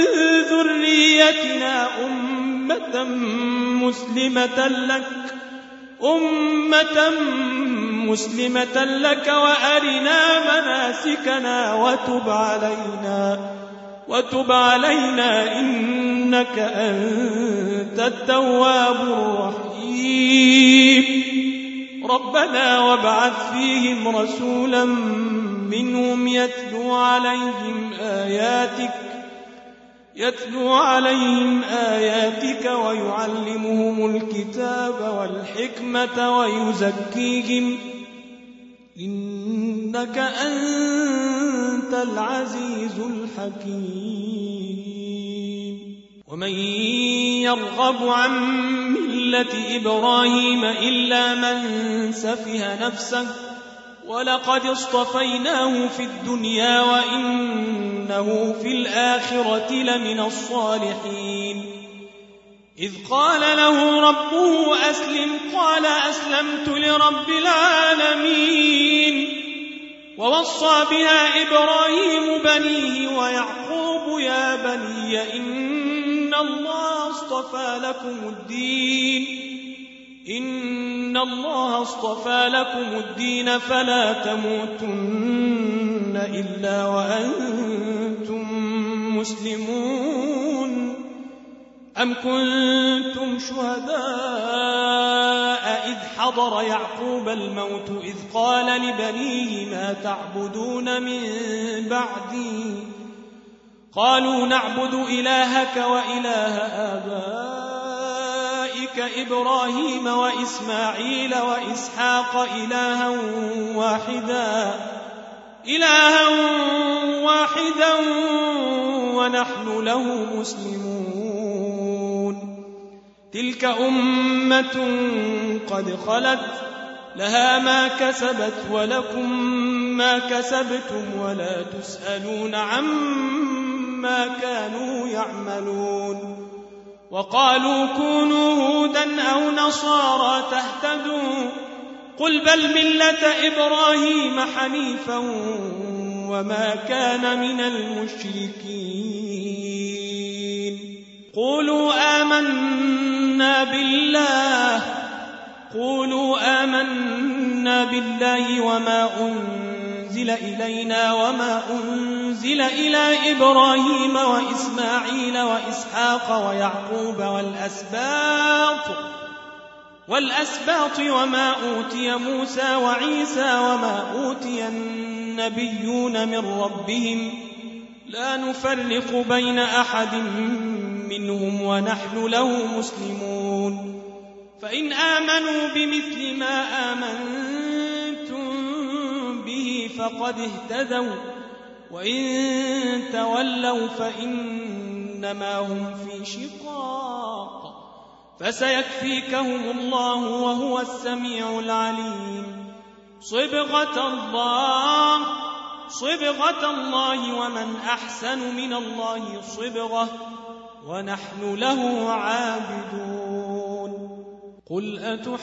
ذريتنا أمة مسلمة لك أمة مسلمة لك وأرنا مناسكنا وتب علينا وتب علينا إنك أنت التواب الرحيم ربنا وابعث فيهم رسولا منهم يتلو عليهم آياتك يتلو عليهم آياتك ويعلمهم الكتاب والحكمة ويزكيهم إنك أنت العزيز الحكيم ومن يرغب عن ملة إبراهيم إلا من سفه نفسه ولقد اصطفيناه في الدنيا وإنه في الآخرة لمن الصالحين إذ قال له ربه أسلم قال أسلمت لرب العالمين ووصى بها إبراهيم بنيه ويعقوب يا بني إن الله اصطفى لكم الدين إن الله اصطفى لكم الدين فلا تموتن إلا وأنتم مسلمون أم كنتم شهداء إذ حضر يعقوب الموت إذ قال لبنيه ما تعبدون من بعدي قالوا نعبد إلهك وإله آبائك إبراهيم وإسماعيل وإسحاق إلها واحدا إلها واحدا ونحن له مسلمون تلك أمة قد خلت لها ما كسبت ولكم ما كسبتم ولا تسألون عما كانوا يعملون وقالوا كونوا هودا أو نصارى تهتدوا قل بل ملة إبراهيم حنيفا وما كان من المشركين قولوا آمنا بالله قولوا آمنا بالله وما أنزل إلينا وما أنزل إلى إبراهيم وإسماعيل وإسحاق ويعقوب والأسباط والأسباط وما أوتي موسى وعيسى وما أوتي النبيون من ربهم لا نفرق بين أحد منهم ونحن له مسلمون فإن آمنوا بمثل ما آمنتم به فقد اهتدوا وإن تولوا فإنما هم في شقاق فسيكفيكهم الله وهو السميع العليم صبغة الله صبغة الله ومن أحسن من الله صبغة ونحن له عابدون قل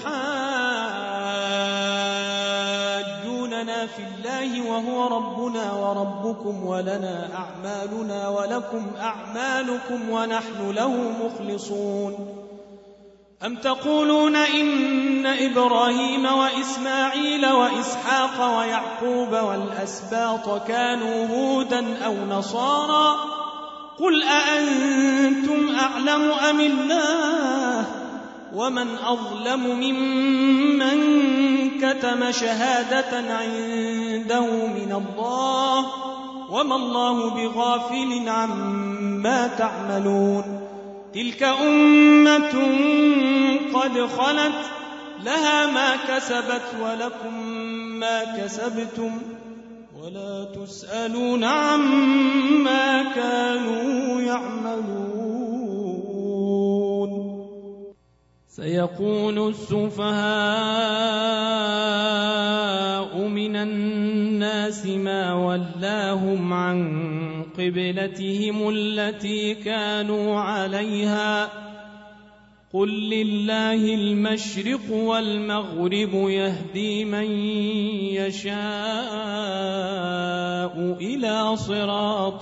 أتحاجوننا في الله وهو ربنا وربكم ولنا أعمالنا ولكم أعمالكم ونحن له مخلصون أم تقولون إن إبراهيم وإسماعيل وإسحاق ويعقوب والأسباط كانوا هودا أو نصارى قل أأنتم أعلم أم الله ومن أظلم ممن كتم شهادة عنده من الله وما الله بغافل عما تعملون تلك أمة قد خلت لها ما كسبت ولكم ما كسبتم ولا تسألون عما كانوا يعملون سيقول السفهاء من الناس ما ولاهم عن قبلتهم التي كانوا عليها قل لله المشرق والمغرب يهدي من يشاء إلى صراط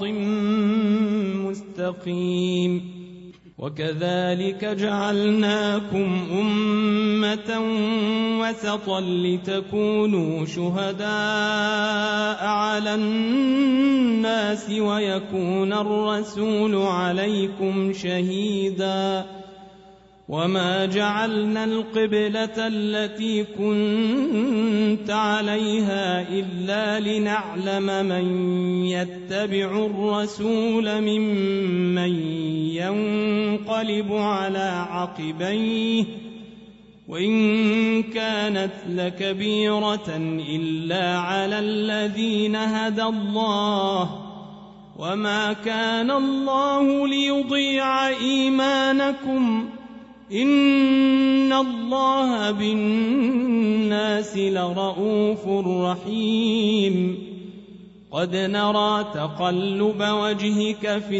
مستقيم وكذلك جعلناكم أمة وسطا لتكونوا شهداء على الناس ويكون الرسول عليكم شهيدا وما جعلنا القبلة التي كنت عليها إلا لنعلم من يتبع الرسول ممن ينقلب على عقبيه وإن كانت لكبيرة إلا على الذين هدى الله وما كان الله ليضيع إيمانكم إن الله بالناس لرؤوف رحيم قد نرى تقلب وجهك في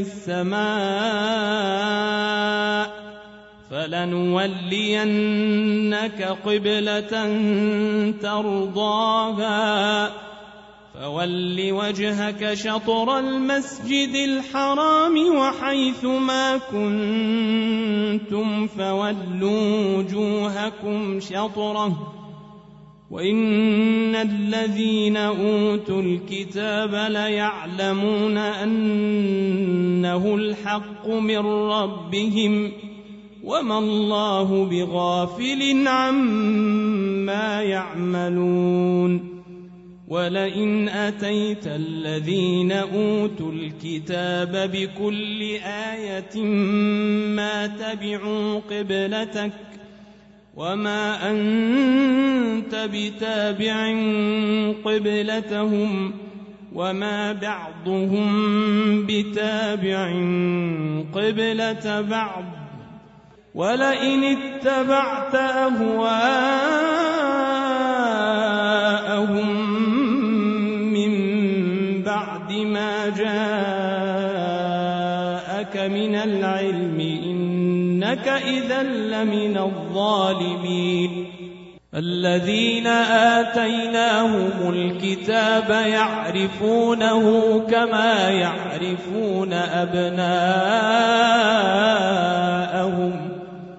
السماء فلنولينك قبلة ترضاها فول وجهك شطر المسجد الحرام وحيث ما كنتم فولوا وجوهكم شطره وإن الذين أوتوا الكتاب ليعلمون أنه الحق من ربهم وما الله بغافل عما يعملون ولئن أتيت الذين أوتوا الكتاب بكل آية ما تبعوا قبلتك وما أنت بتابع قبلتهم وما بعضهم بتابع قبلة بعض ولئن اتبعت أهواءهم من بعد ما جاءك من العلم إنك إذا لمن الظالمين الذين آتيناهم الكتاب يعرفونه كما يعرفون أبناءهم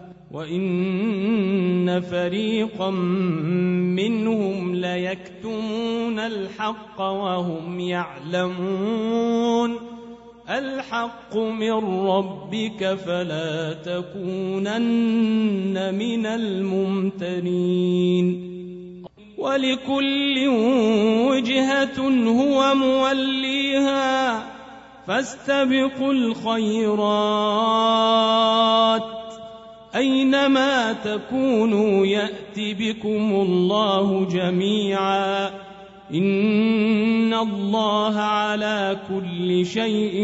وإن فريقا منهم ليكتمون الحق وهم يعلمون الحق من ربك فلا تكونن من الممترين ولكل وجهة هو موليها فاستبقوا الخيرات أينما تكونوا يأت بكم الله جميعا إن الله على كل شيء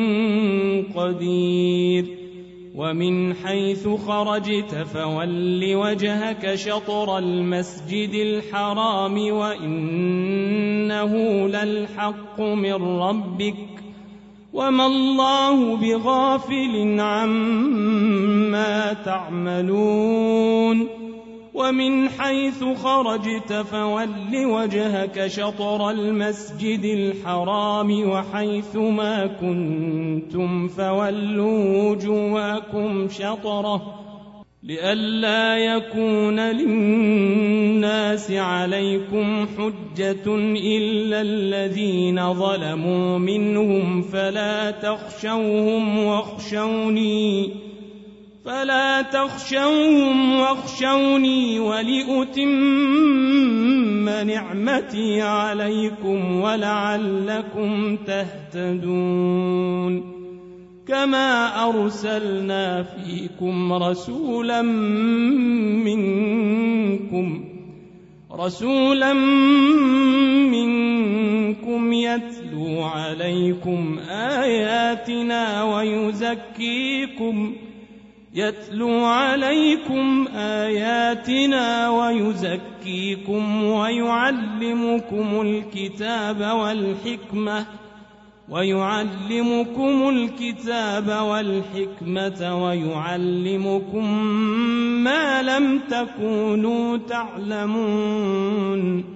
قدير ومن حيث خرجت فول وجهك شطر المسجد الحرام وإنه للحق من ربك وما الله بغافل عما تعملون ومن حيث خرجت فول وجهك شطر المسجد الحرام وحيث ما كنتم فولوا وجوهكم شطره لئلا يكون للناس عليكم حجة إلا الذين ظلموا منهم فلا تخشوهم واخشوني فلا تخشوهم واخشوني ولأتم نعمتي عليكم ولعلكم تهتدون كما أرسلنا فيكم رسولا منكم رسولا منكم يتلو عليكم آياتنا ويزكيكم يتلو عليكم آياتنا ويزكيكم ويعلمكم الكتاب والحكمة ويعلمكم الكتاب والحكمة ويعلمكم ما لم تكونوا تعلمون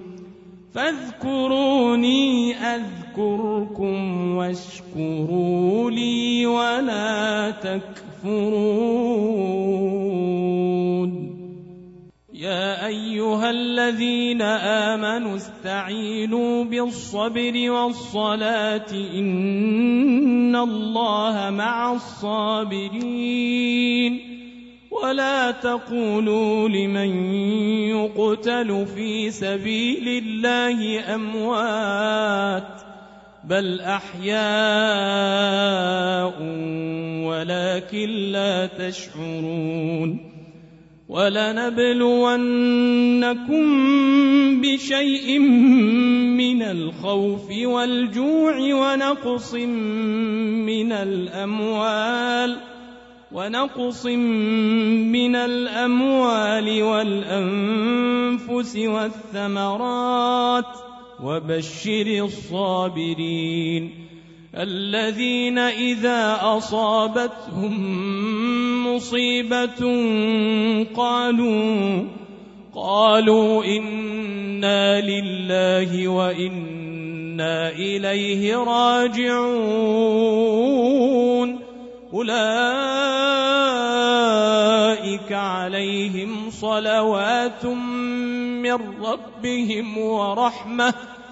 فاذكروني أذكركم واشكروا لي ولا تكفرون يا أيها الذين آمنوا استعينوا بالصبر والصلاة إن الله مع الصابرين ولا تقولوا لمن يقتل في سبيل الله أموات بل أحياء ولكن لا تشعرون ولنبلونكم بشيء من الخوف والجوع ونقص من الأموال ونقص من الأموال والأنفس والثمرات وبشر الصابرين الذين إذا أصابتهم مصيبة قالوا قالوا إنا لله وإنا إليه راجعون أولئك عليهم صلوات من ربهم ورحمة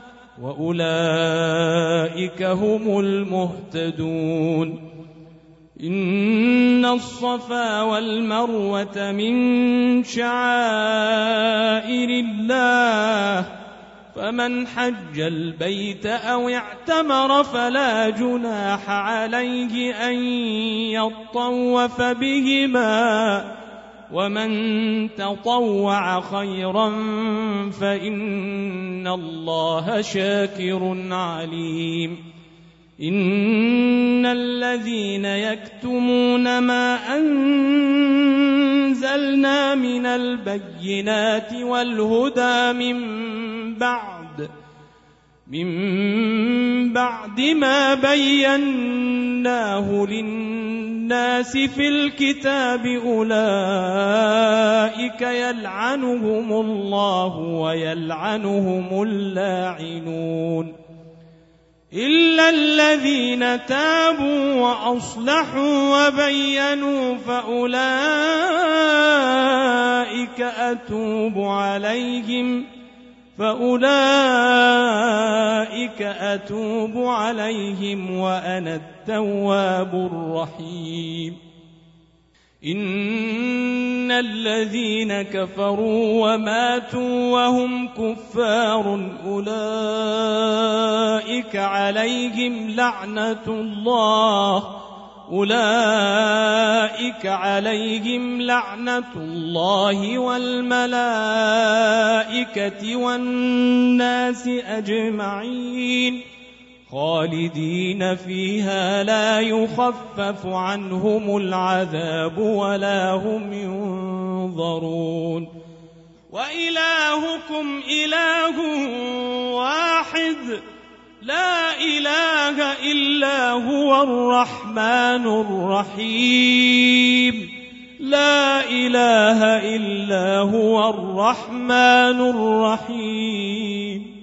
وأولئك هم المهتدون إن الصفا والمروة من شعائر الله فمن حج البيت أو اعتمر فلا جناح عليه أن يطوف بهما ومن تطوع خيرا فإن الله شاكر عليم إن الذين يكتمون ما أنزلنا من البينات والهدى من بعد من بعد ما بيناه للناس في الكتاب أولئك يلعنهم الله ويلعنهم اللاعنون إلا الذين تابوا وأصلحوا وبينوا فأولئك أتوب عليهم فأولئك أتوب عليهم وأنا التواب الرحيم إن الذين كفروا وماتوا وهم كفار أولئك عليهم لعنة الله أولئك عليهم لعنة الله والملائكة والناس أجمعين خالدين فيها لا يخفف عنهم العذاب ولا هم ينظرون وإلهكم إله واحد لا إله إلا هو الرحمن الرحيم لا إله إلا هو الرحمن الرحيم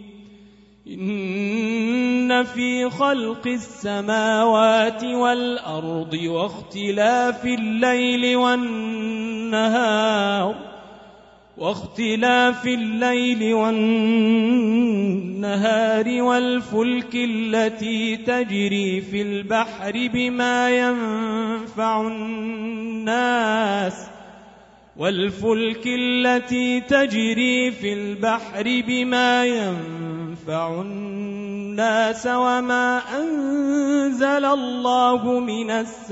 إن في خلق السماوات والأرض واختلاف الليل والنهار واختلاف الليل والنهار والفلك التي تجري في البحر بما ينفع الناس والفلك التي تجري في البحر بما ينفع الناس وما أنزل الله من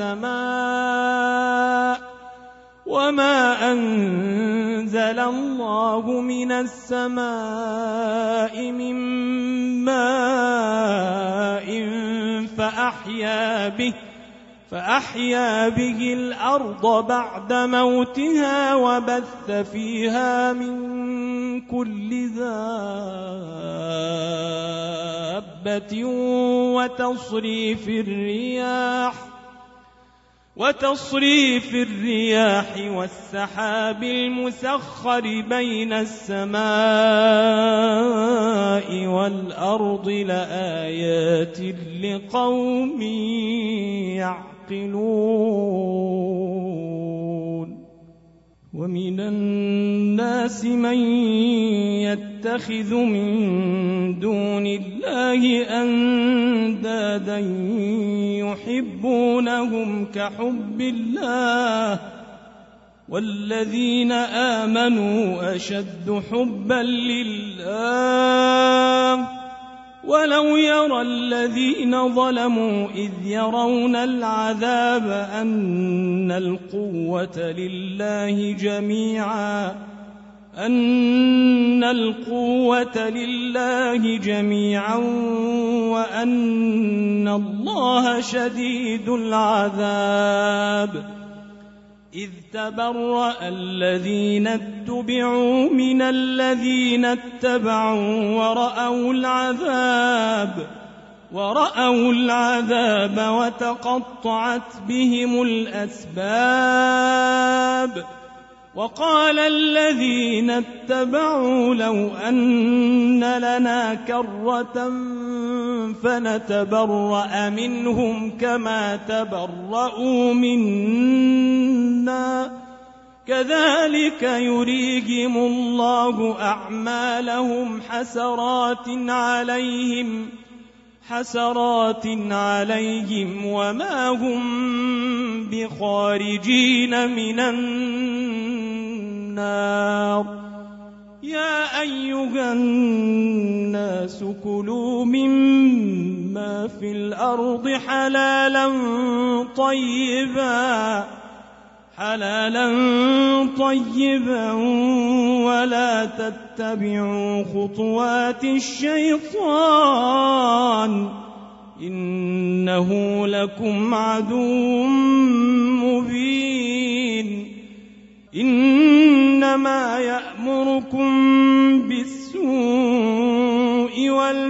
السماء وما أنزل الله من السماء من ماء فأحيا به فأحيا به الأرض بعد موتها وبث فيها من كل دابة وتصريف الرياح وتصريف الرياح والسحاب المسخر بين السماء والأرض لآيات لقوم يعقلون ومن الناس من يتخذ من دون الله أندادا يحبونهم كحب الله والذين آمنوا أشد حبا لله ولو يرى الذين ظلموا إذ يرون العذاب أن القوة لله جميعا أن القوة لله جميعا وأن الله شديد العذاب إذ تبرأ الذين اتبعوا من الذين اتبعوا ورأوا العذاب ورأوا العذاب وتقطعت بهم الأسباب وقال الذين اتبعوا لو أن لنا كرة فنتبرأ منهم كما تبرأوا منا كذلك يريهم الله أعمالهم حسرات عليهم حسرات عليهم وما هم بخارجين من النار يا أيها الناس كلوا مما في الأرض حلالا طيبا حلالا طيبا ولا تتبعوا خطوات الشيطان إنه لكم عدو مبين إنما يأمركم بالسوء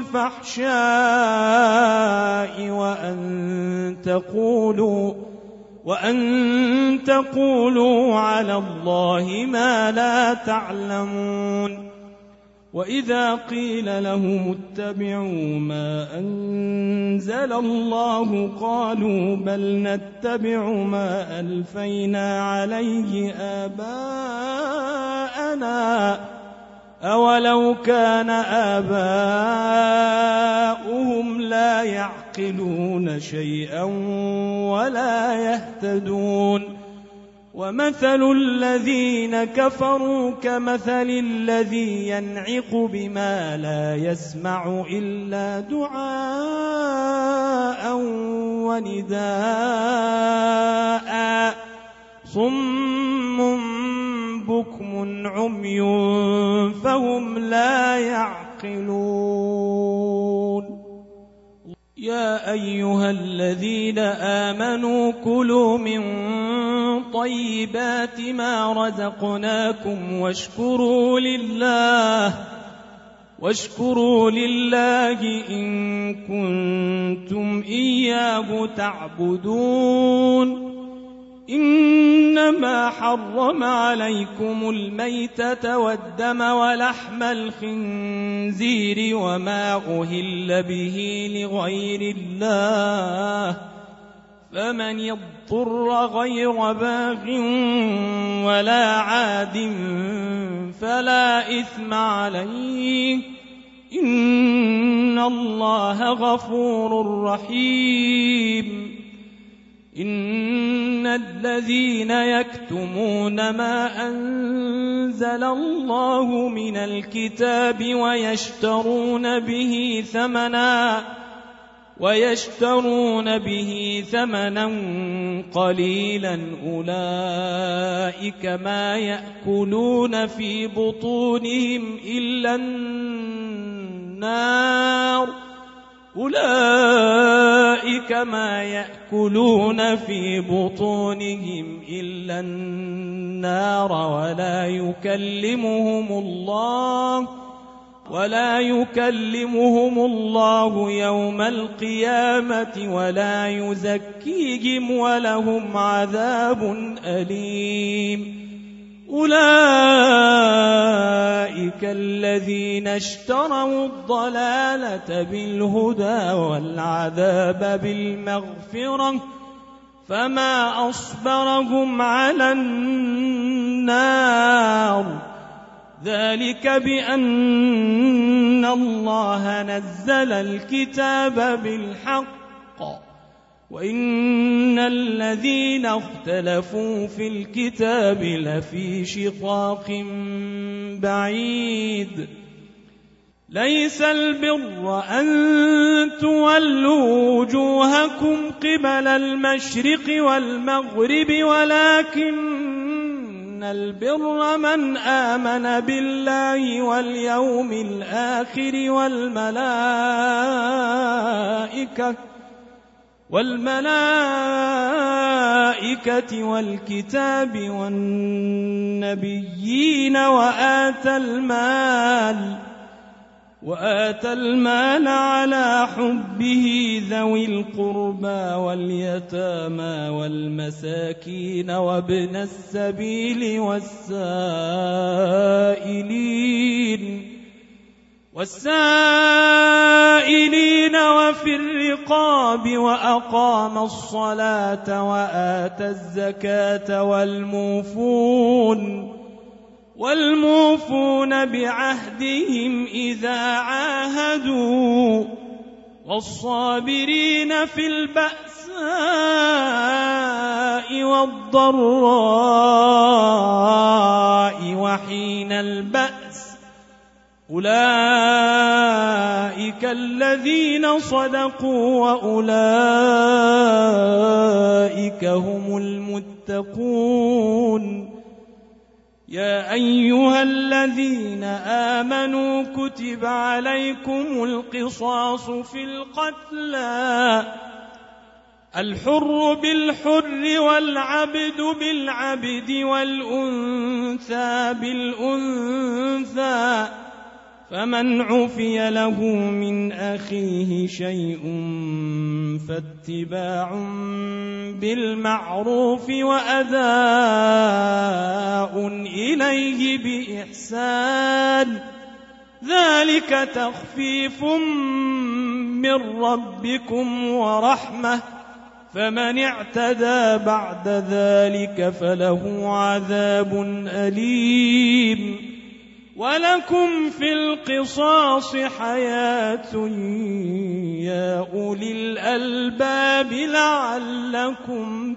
والفحشاء وأن تقولوا وأن تقولوا على الله ما لا تعلمون وإذا قيل لهم اتبعوا ما أنزل الله قالوا بل نتبع ما ألفينا عليه آباءنا أولو كان آباؤهم لا يعقلون شيئا ولا يهتدون ومثل الذين كفروا كمثل الذي ينعق بما لا يسمع إلا دعاء ونداء صم بكم عمي فهم لا يعقلون يا أيها الذين آمنوا كلوا من طيبات ما رزقناكم واشكروا لله واشكروا لله إن كنتم إياه تعبدون إنما حرم عليكم الميتة والدم ولحم الخنزير وما أهل به لغير الله فمن يضطر غير باغ ولا عاد فلا إثم عليه إن الله غفور رحيم إن الذين يكتمون ما أنزل الله من الكتاب ويشترون به ثمنا ويشترون به ثمنا قليلا أولئك ما يأكلون في بطونهم إلا النار أولئك ما يأكلون في بطونهم إلا النار ولا يكلمهم الله ولا يكلمهم الله يوم القيامة ولا يزكيهم ولهم عذاب أليم أولئك الذين اشتروا الضلالة بالهدى والعذاب بالمغفرة فما أصبرهم على النار ذلك بأن الله نزل الكتاب بالحق وإن الذين اختلفوا في الكتاب لفي شقاق بعيد ليس البر أن تولوا وجوهكم قبل المشرق والمغرب ولكن البر من آمن بالله واليوم الآخر والملائكة والملائكة والكتاب والنبيين وآتى المال وآتى المال على حبه ذوي القربى واليتامى والمساكين وابن السبيل والسائلين والسائلين وفي الرقاب وأقام الصلاة وآتى الزكاة والموفون والموفون بعهدهم إذا عاهدوا والصابرين في البأساء والضراء وحين البأس أولئك الذين صدقوا وأولئك هم المتقون. يا أيها الذين آمنوا كتب عليكم القصاص في القتلى، الحر بالحر والعبد بالعبد والأنثى بالأنثى، فمن عفي له من أخيه شيء فاتباع بالمعروف وأداء إليه بإحسان، ذلك تخفيف من ربكم ورحمة، فمن اعتدى بعد ذلك فله عذاب أليم. ولكم في القصاص حياة يا أولي الألباب لعلكم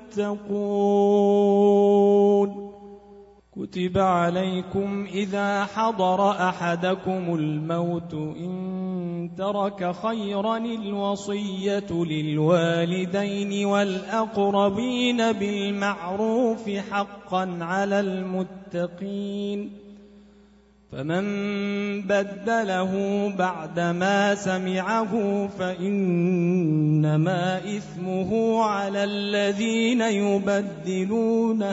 تتقون. كتب عليكم إذا حضر أحدكم الموت إن ترك خيرا الوصية للوالدين والأقربين بالمعروف حقا على المتقين، فمن بدله بعدما سمعه فإنما إثمه على الذين يبدلونه،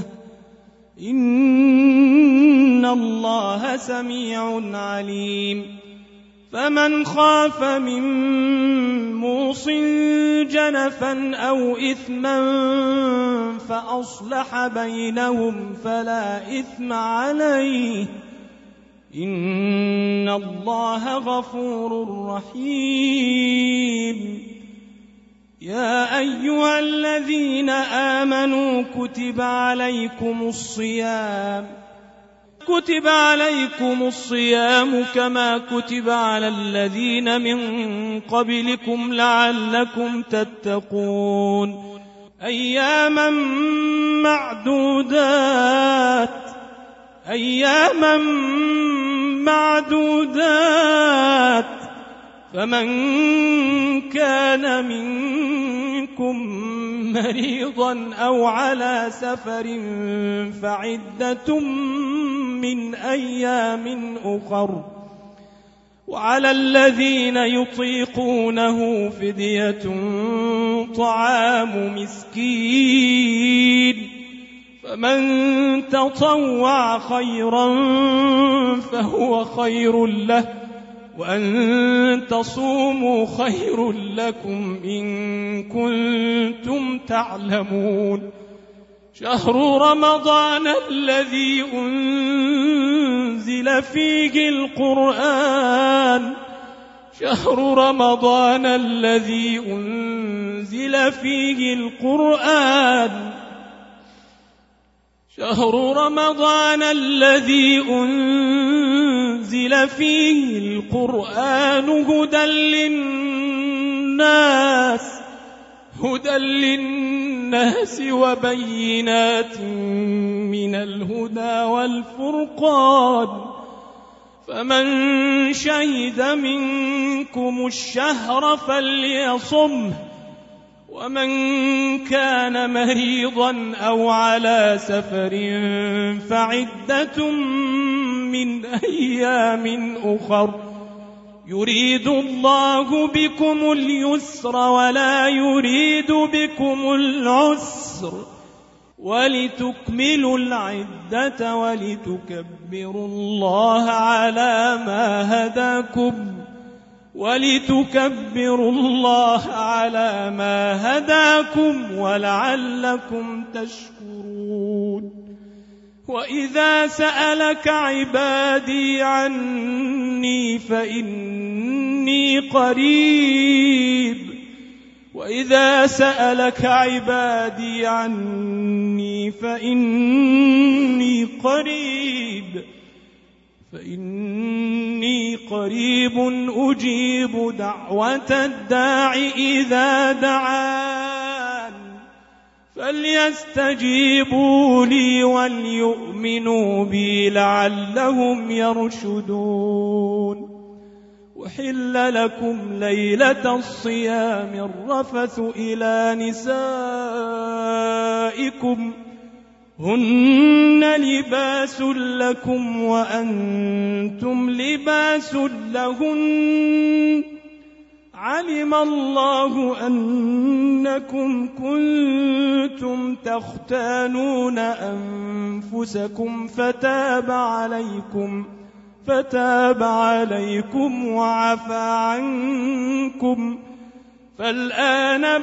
إن الله سميع عليم. فمن خاف من موص جنفا أو إثما فأصلح بينهم فلا إثم عليه، إن الله غفور رحيم. يا أيها الذين آمنوا كتب عليكم الصيام كتب عليكم الصيام كما كتب على الذين من قبلكم لعلكم تتقون، أياما معدودات أياما معدودات فمن كان منكم مريضا أو على سفر فعدة من أيام أخر، وعلى الذين يطيقونه فدية طعام مسكين، فمن تطوع خيرا فهو خير له، وأن تصوموا خير لكم إن كنتم تعلمون. شهر رمضان الذي أنزل فيه القرآن شهر رمضان الذي أنزل فيه القرآن شهر رمضان الذي أنزل فيه القرآن هدى للناس هدى للناس وبينات من الهدى والفرقان، فمن شهد منكم الشهر فليصمه، ومن كان مريضا أو على سفر فعدة من أيام أخر، يريد الله بكم اليسر ولا يريد بكم العسر، ولتكملوا العدة ولتكبروا الله على ما هداكم ولتكبروا الله على ما هداكم ولعلكم تشكرون. وإذا سألك عبادي عني فإني قريب وإذا سألك عبادي عني فإني قريب فإني قريب أجيب دعوة الداع إذا دعان فليستجيبوا لي وليؤمنوا بي لعلهم يرشدون. أحل لكم ليلة الصيام الرفث إلى نسائكم هن لباس لكم وأنتم لباس لهن علم الله أنكم كنتم تختانون أنفسكم فتاب عليكم فتاب عليكم وعفى عنكم فالآن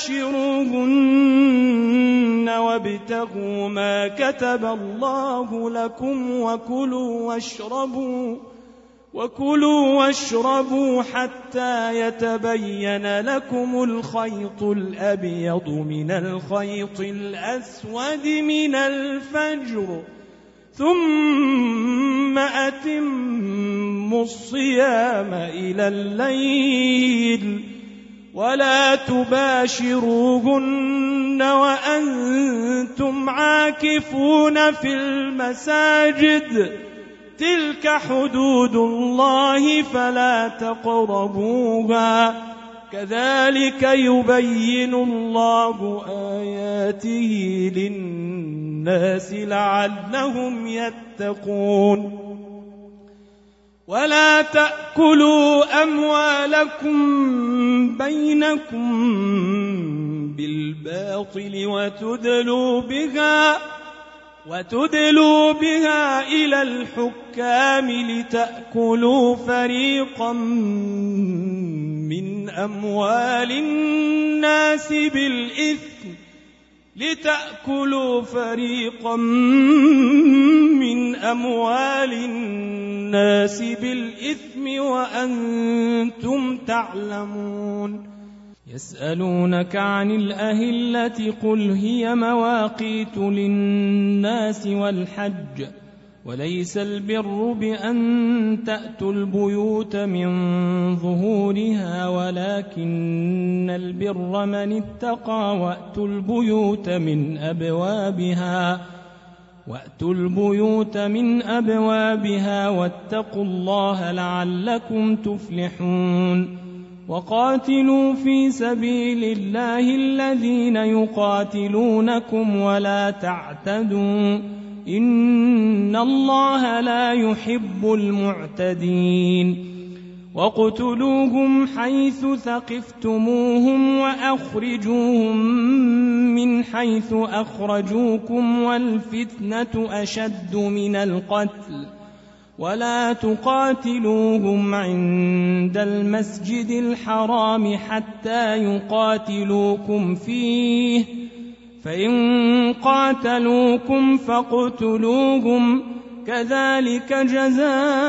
باشروهن وابتغوا ما كتب الله لكم وكلوا واشربوا وكلوا واشربوا حتى يتبين لكم الخيط الأبيض من الخيط الأسود من الفجر ثم أتموا الصيام إلى الليل ولا تباشروهن وأنتم عاكفون في المساجد تلك حدود الله فلا تقربوها كذلك يبين الله آياته للناس لعلهم يتقون. ولا تأكلوا أموالكم بينكم بالباطل وتدلوا بها وتدلوا بها إلى الحكام لتأكلوا فريقا من أموال الناس بالإثم لتأكلوا فريقا من أموال الناس بالإثم وأنتم تعلمون. يسألونك عن الأهلة قل هي مواقيت للناس والحج وليس البر بأن تأتوا البيوت من ظهورها ولكن البر من اتقى وأتوا البيوت من أبوابها وأتوا البيوت من أبوابها واتقوا الله لعلكم تفلحون. وقاتلوا في سبيل الله الذين يقاتلونكم ولا تعتدوا إن الله لا يحب المعتدين. واقتلوهم حيث ثقفتموهم وأخرجوهم من حيث أخرجوكم والفتنة أشد من القتل ولا تقاتلوهم عند المسجد الحرام حتى يقاتلوكم فيه فإن قاتلوكم فاقتلوهم كذلك جزاء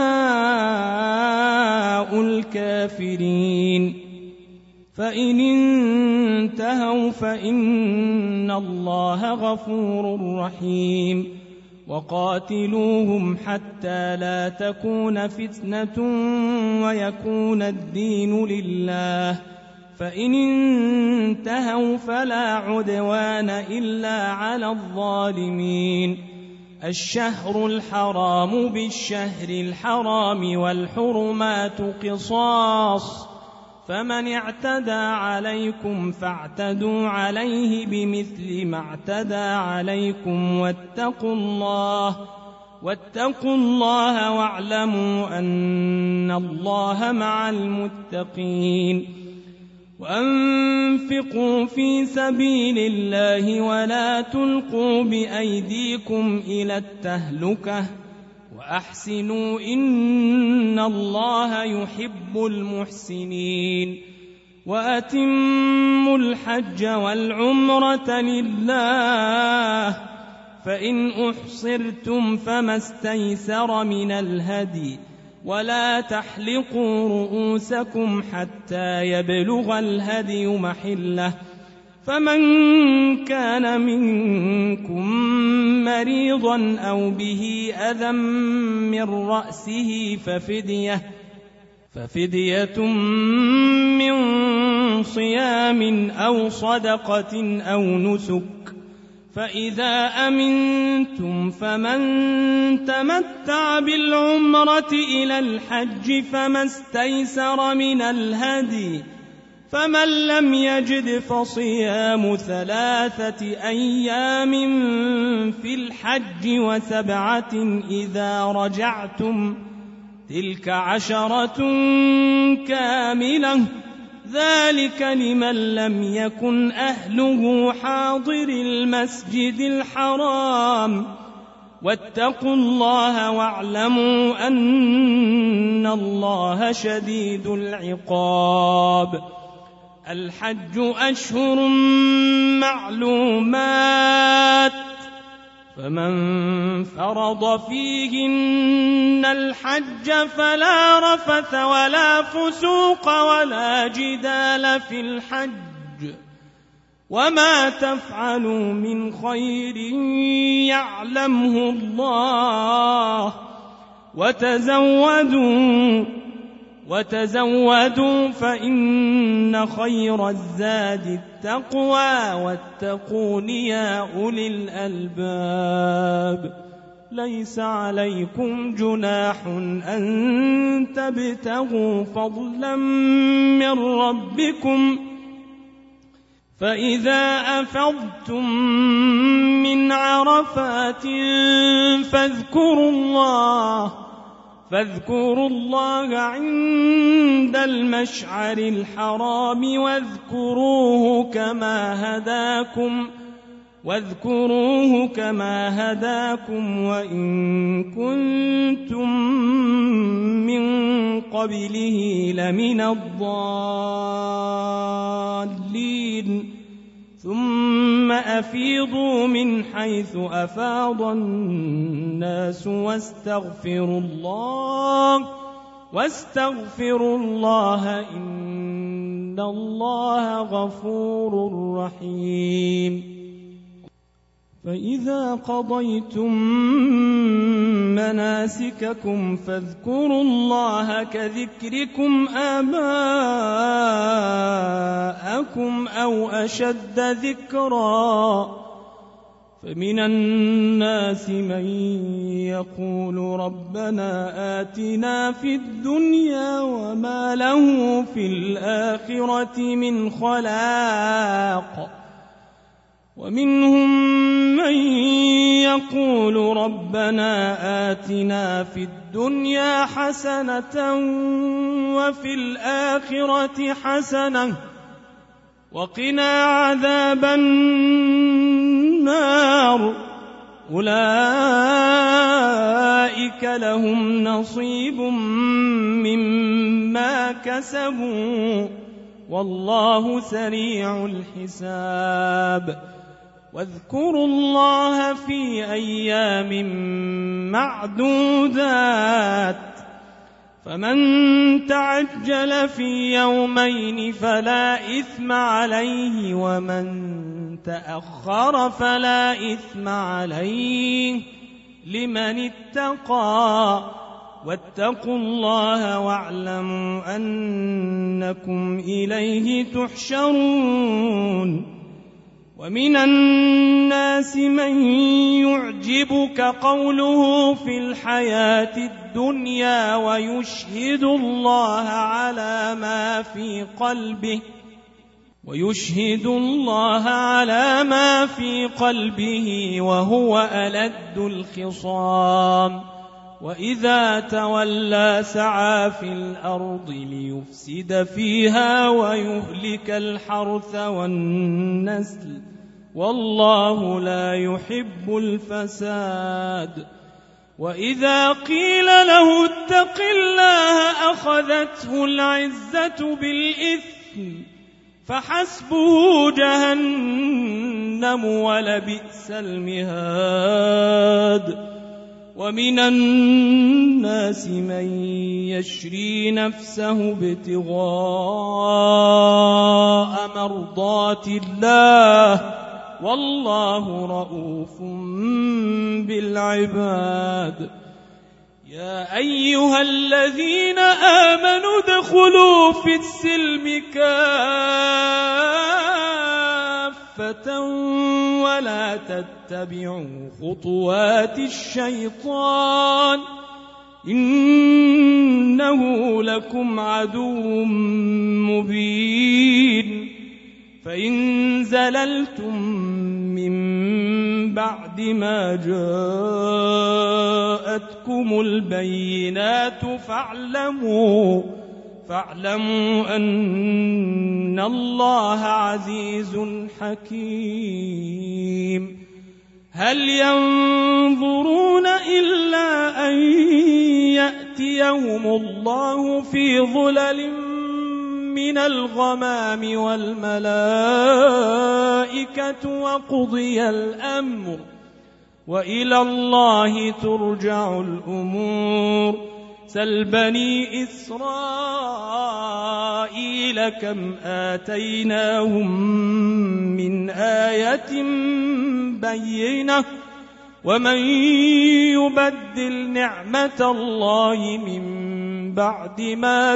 الكافرين. فإن انتهوا فإن الله غفور رحيم. وقاتلوهم حتى لا تكون فتنة ويكون الدين لله فإن انتهوا فلا عدوان إلا على الظالمين. الشهر الحرام بالشهر الحرام والحرمات قصاص فمن اعتدى عليكم فاعتدوا عليه بمثل ما اعتدى عليكم واتقوا الله واتقوا الله واعلموا أن الله مع المتقين. وأنفقوا في سبيل الله ولا تلقوا بأيديكم إلى التهلكة وأحسنوا إن الله يحب المحسنين. وأتموا الحج والعمرة لله فإن أحصرتم فما استيسر من الهدي ولا تحلقوا رؤوسكم حتى يبلغ الهدي محله فمن كان منكم مريضا أو به أذى من رأسه ففدية ففدية من صيام أو صدقة أو نسك فإذا أمنتم فمن تمتع بالعمرة إلى الحج فما استيسر من الهدي فمن لم يجد فصيام ثلاثة أيام في الحج وسبعة إذا رجعتم تلك عشرة كاملة ذلك لمن لم يكن أهله حاضر المسجد الحرام واتقوا الله واعلموا أن الله شديد العقاب. الحج أشهر معلومات فمن فرض فيهن الحج فلا رفث ولا فسوق ولا جدال في الحج وما تفعلوا من خير يعلمه الله وتزودوا وتزودوا فإن خير الزاد التقوى واتقون يا أولي الألباب. ليس عليكم جناح أن تبتغوا فضلا من ربكم فإذا أفضتم من عرفات فاذكروا الله فاذكروا الله عند المشعر الحرام واذكروه كما هداكم واذكروه كما هداكم وإن كنتم من قبله لمن الضالين. ثم أفيضوا من حيث أفاض الناس واستغفروا الله واستغفروا الله إن الله غفور رحيم. فإذا قضيتم مناسككم فاذكروا الله كذكركم آباءكم أو أشد ذكرا فمن الناس من يقول ربنا آتنا في الدنيا وما له في الآخرة من خلاق ومنهم من يقول ربنا آتنا في الدنيا حسنة وفي الآخرة حسنة وقنا عذاب النار أولئك لهم نصيب مما كسبوا والله سريع الحساب. واذكروا الله في أيام معدودات فمن تعجل في يومين فلا إثم عليه ومن تأخر فلا إثم عليه لمن اتقى واتقوا الله واعلموا أنكم إليه تحشرون. ومن الناس من يعجبك قوله في الحياة الدنيا ويشهد الله على ما في قلبه ويشهد الله على ما في قلبه وهو ألد الخصام وإذا تولى سعى في الأرض ليفسد فيها ويهلك الحرث والنسل والله لا يحب الفساد. وإذا قيل له اتق الله أخذته العزة بالإثم فحسبه جهنم ولبئس المهاد. ومن الناس من يشري نفسه ابتغاء مرضات الله والله رؤوف بالعباد. يا أيها الذين آمنوا ادخلوا في السلم كافة ولا تتبعوا خطوات الشيطان إنه لكم عدو مبين فإن زللتم من بعد ما جاءتكم البينات فاعلموا فاعلموا أن الله عزيز حكيم هل ينظرون إلا أن يأتيهم الله في ظلل من الغمام والملائكة وقضي الأمر وإلى الله ترجع الأمور سل بني إسرائيل كم آتيناهم من آية بينة ومن يبدل نعمة الله من بعد ما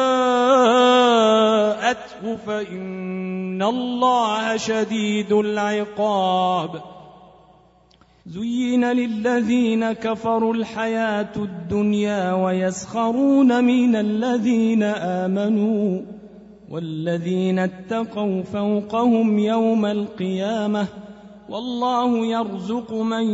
جاءته فإن الله شديد العقاب زين للذين كفروا الحياة الدنيا ويسخرون من الذين آمنوا والذين اتقوا فوقهم يوم القيامة والله يرزق من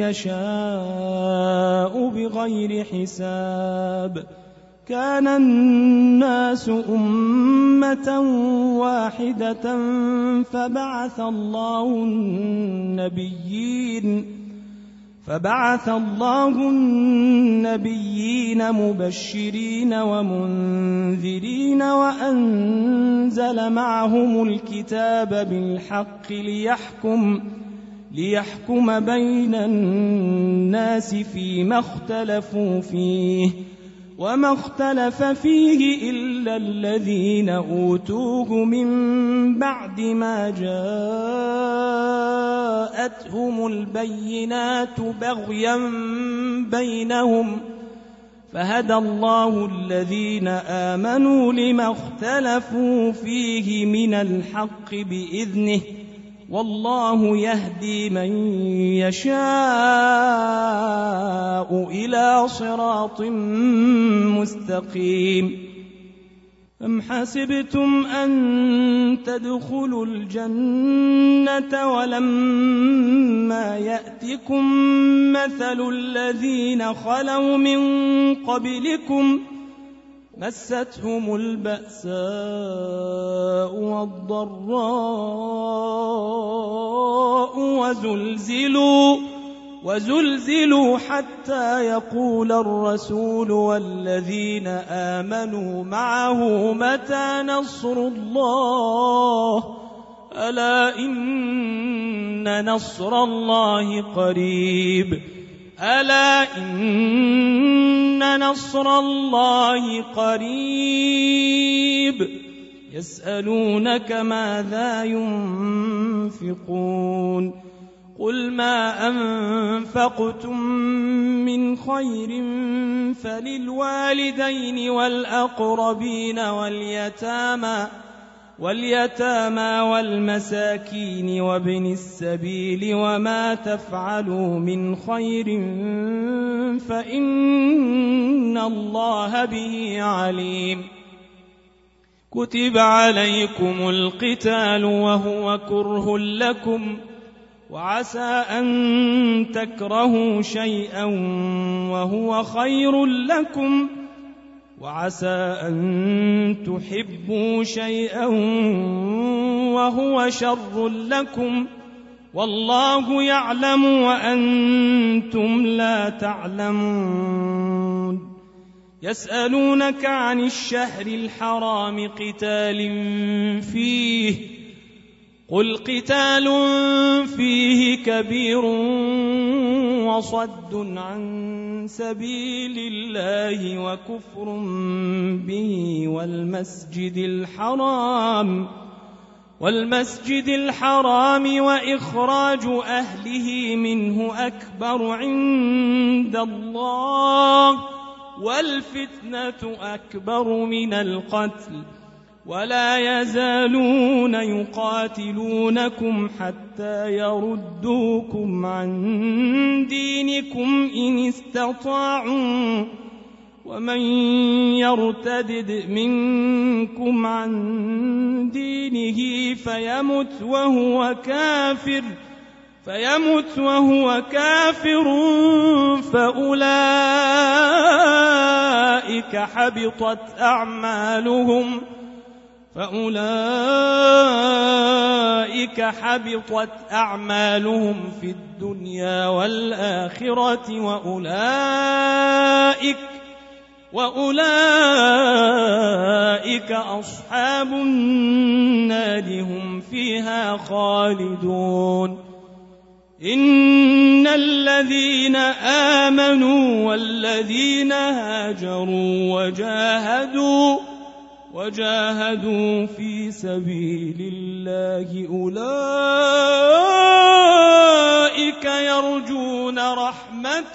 يشاء بغير حساب كان الناس أمة واحدة فبعث الله النبيين فبعث الله النبيين مبشرين ومنذرين وأنزل معهم الكتاب بالحق ليحكم ليحكم بين الناس فيما اختلفوا فيه وما اختلف فيه إلا الذين أوتوه من بعد ما جاءتهم البينات بغيا بينهم فهدى الله الذين آمنوا لما اختلفوا فيه من الحق بإذنه والله يهدي من يشاء إلى صراط مستقيم أم حسبتم أن تدخلوا الجنة ولما يأتكم مثل الذين خلوا من قبلكم مستهم البأساء والضراء وزلزلوا وزلزلوا حتى يقول الرسول والذين آمنوا معه متى نصر الله ألا إن نصر الله قريب ألا إن نصر الله قريب يسألونك ماذا ينفقون قل ما أنفقتم من خير فللوالدين والأقربين واليتامى واليتامى والمساكين وابن السبيل وما تفعلوا من خير فإن الله به عليم كتب عليكم القتال وهو كره لكم وعسى أن تكرهوا شيئا وهو خير لكم وعسى أن تحبوا شيئا وهو شر لكم والله يعلم وأنتم لا تعلمون يسألونك عن الشهر الحرام قتال فيه قل قتال فيه كبير وصد عن سبيل الله وكفر به والمسجد الحرام والمسجد الحرام وإخراج أهله منه أكبر عند الله والفتنة أكبر من القتل ولا يزالون يقاتلونكم حتى يردوكم عن دينكم إن استطاعوا ومن يرتدد منكم عن دينه فيمت وهو كافر فيمت وهو كافر فأولئك حبطت أعمالهم فأولئك حبطت أعمالهم في الدنيا والآخرة وأولئك وأولئك أصحاب النار هم فيها خالدون إن الذين آمنوا والذين هاجروا وجاهدوا وجاهدوا في سبيل الله أولئك يرجون رحمة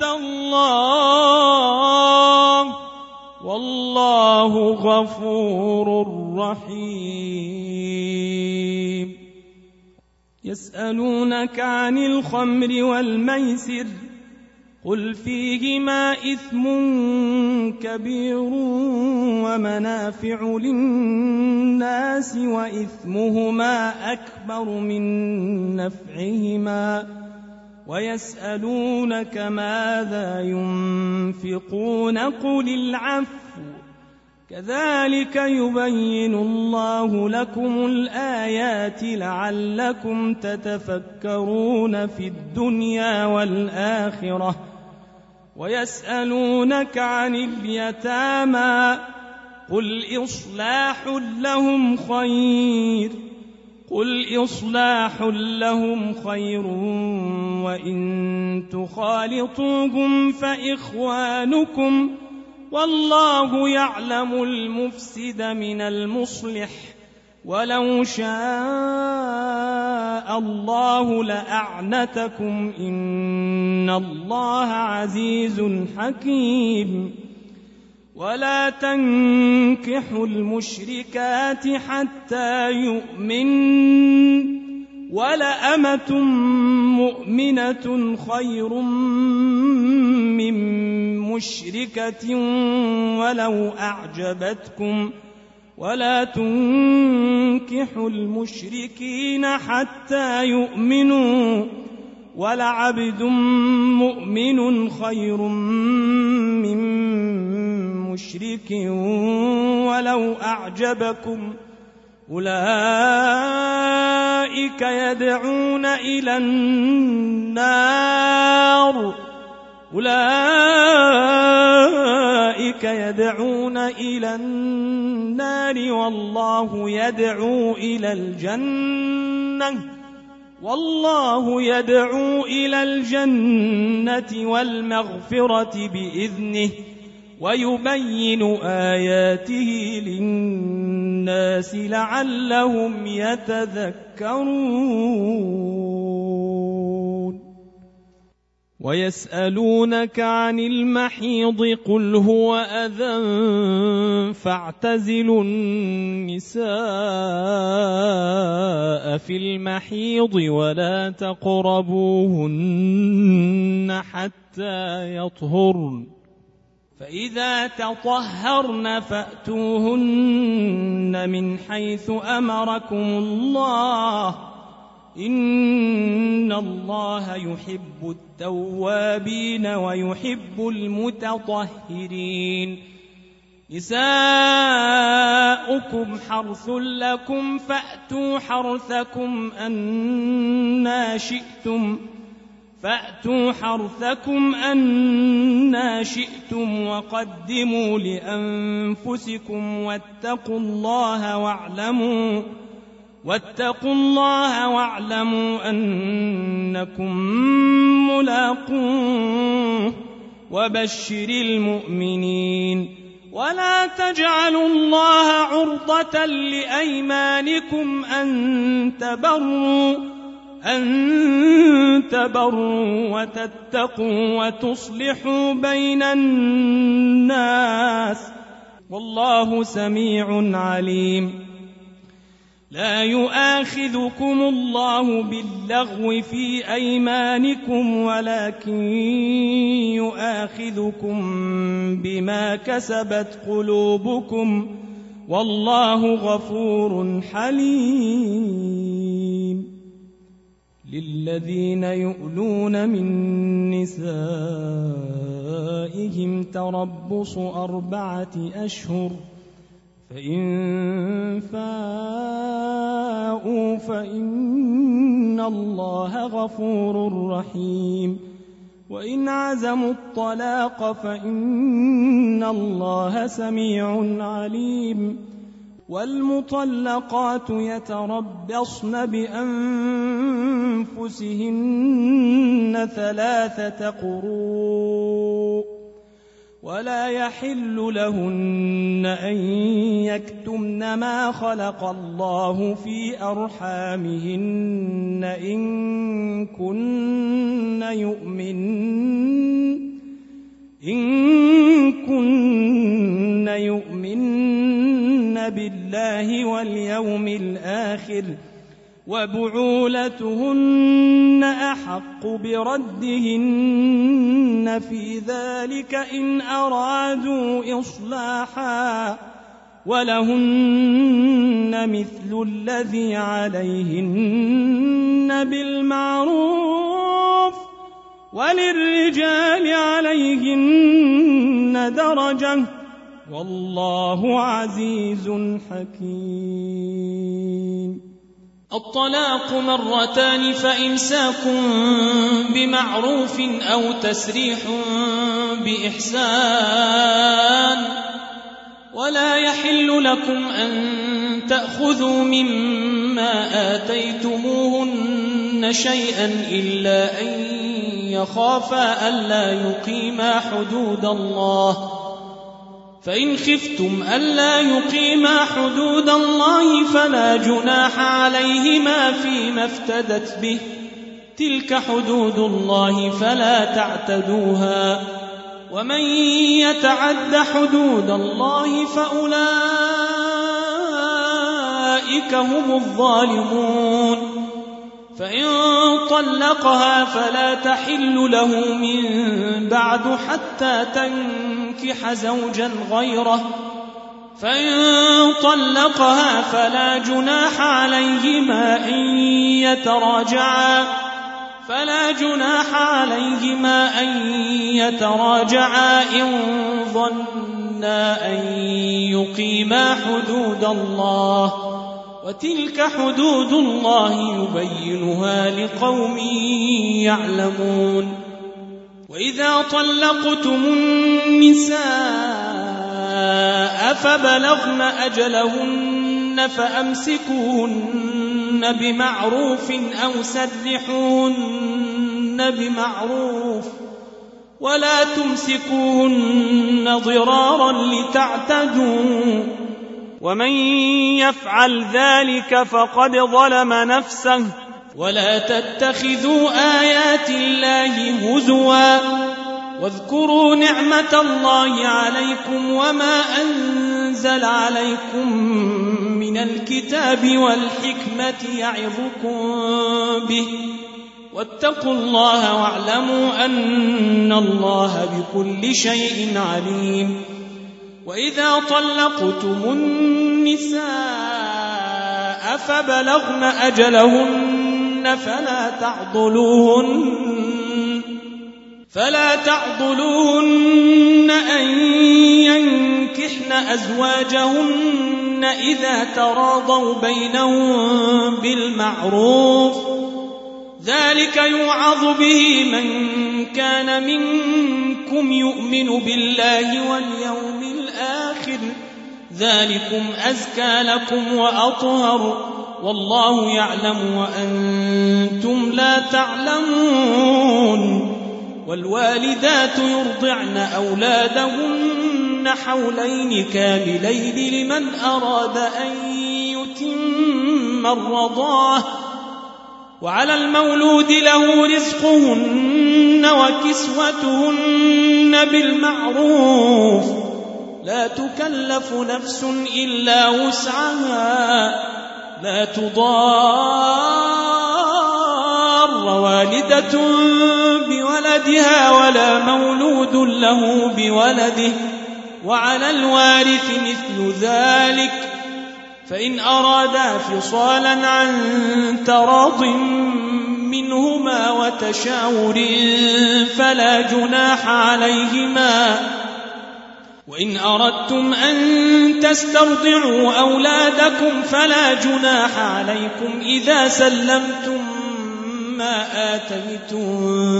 الله والله غفور رحيم يسألونك عن الخمر والميسر قل فيهما إثم كبير ومنافع للناس وإثمهما أكبر من نفعهما ويسألونك ماذا ينفقون قل العفو كذلك يبين الله لكم الآيات لعلكم تتفكرون في الدنيا والآخرة ويسألونك عن اليتامى قل إصلاح لهم خير قل إصلاح لهم خير وإن تخالطوهم فإخوانكم والله يعلم المفسد من المصلح ولو شاء الله لأعنتكم إن الله عزيز حكيم ولا تنكحوا المشركات حتى يؤمن ولأمة مؤمنة خير من مشركة ولو أعجبتكم ولا تنكحوا المشركين حتى يؤمنوا ولعبد مؤمن خير من مشرك ولو أعجبكم أولئك يدعون إلى النار أولئك يدعون إلى النار والله يدعو إلى الجنة والله يدعو إلى الجنة والمغفرة بإذنه ويبين آياته للناس لعلهم يتذكرون ويسألونك عن المحيض قل هو أذى فاعتزلوا النساء في المحيض ولا تقربوهن حتى يطهرن فإذا تطهرن فأتوهن من حيث أمركم الله إن الله يحب التوابين ويحب المتطهرين نساؤكم حرث لكم فأتوا حرثكم أنى شئتم فأتوا حرثكم أنى شئتم وقدموا لأنفسكم واتقوا الله واعلموا واتقوا الله واعلموا أنكم ملاقوه وبشر المؤمنين ولا تجعلوا الله عرضة لأيمانكم أن تبروا أن تبروا وتتقوا وتصلحوا بين الناس والله سميع عليم لا يؤاخذكم الله باللغو في أيمانكم ولكن يؤاخذكم بما كسبت قلوبكم والله غفور حليم. للذين يؤلون من نسائهم تربص أربعة أشهر فإن فاءوا فإن الله غفور رحيم. وإن عزموا الطلاق فإن الله سميع عليم. والمطلقات يتربصن بأنفسهن ثلاثة قروء ولا يحل لهن أن يكتمن ما خلق الله في أرحامهن إن كن يؤمن إن كن يؤمن بالله واليوم الآخر وبعولتهن أحق بردهن في ذلك إن أرادوا إصلاحا ولهن مثل الذي عليهن بالمعروف وللرجال عليهن درجة والله عزيز حكيم. الطلاق مرتان فإمساك بمعروف أو تسريح بإحسان ولا يحل لكم أن تأخذوا مما آتيتموهن شيئا إلا أن يخافا ألا يقيما حدود الله فإن خفتم ألا يقيما حدود الله فلا جناح عليهما فيما افتدت به تلك حدود الله فلا تعتدوها ومن يتعد حدود الله فأولئك هم الظالمون. فإن طلقها فلا تحل له من بعد حتى تنكح زوجا غيره فإن طلقها فلا جناح عليهما أن يتراجعا فلا جناح عليهما أن يتراجعا إن ظنا أن يقيما حدود الله وتلك حدود الله يبينها لقوم يعلمون. وإذا طلقتم النساء فبلغن أجلهن فأمسكوهن بمعروف أو سرحوهن بمعروف ولا تمسكوهن ضرارا لتعتدوا ومن يفعل ذلك فقد ظلم نفسه. ولا تتخذوا آيات الله هزوا واذكروا نعمة الله عليكم وما أنزل عليكم من الكتاب والحكمة يعظكم به واتقوا الله واعلموا أن الله بكل شيء عليم. وإذا طلقتم النساء فبلغن أجلهن فلا تعضلوهن فلا تعضلوهن أن ينكحن أزواجهن إذا تراضوا بينهم بالمعروف ذلك يوعظ به من كان منكم يؤمن بالله واليوم الآخر ذلكم أزكى لكم وأطهر والله يعلم وأنتم لا تعلمون. والوالدات يرضعن أولادهن حولين كاملين لمن أراد أن يتم الرضاعة وعلى المولود له رزقهن وكسوتهن بالمعروف لا تكلف نفس إلا وسعها ولا تضار والدة بولدها ولا مولود له بولده وعلى الوارث مثل ذلك فإن أرادا فصالا عن تراض منهما وتشاور فلا جناح عليهما وإن أردتم أن تسترضعوا أولادكم فلا جناح عليكم إذا سلمتم ما آتيتم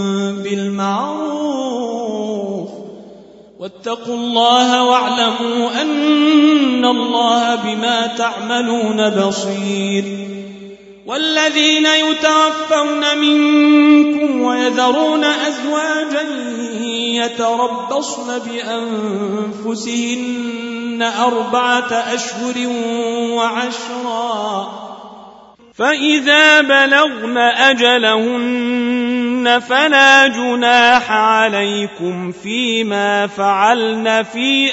بالمعروف واتقوا الله واعلموا أن الله بما تعملون بصير والذين يتوفون منكم ويذرون أزواجا يتربصن بأنفسهن أربعة أشهر وعشرا فإذا بلغن أجلهن فلا جناح عليكم فيما فعلن في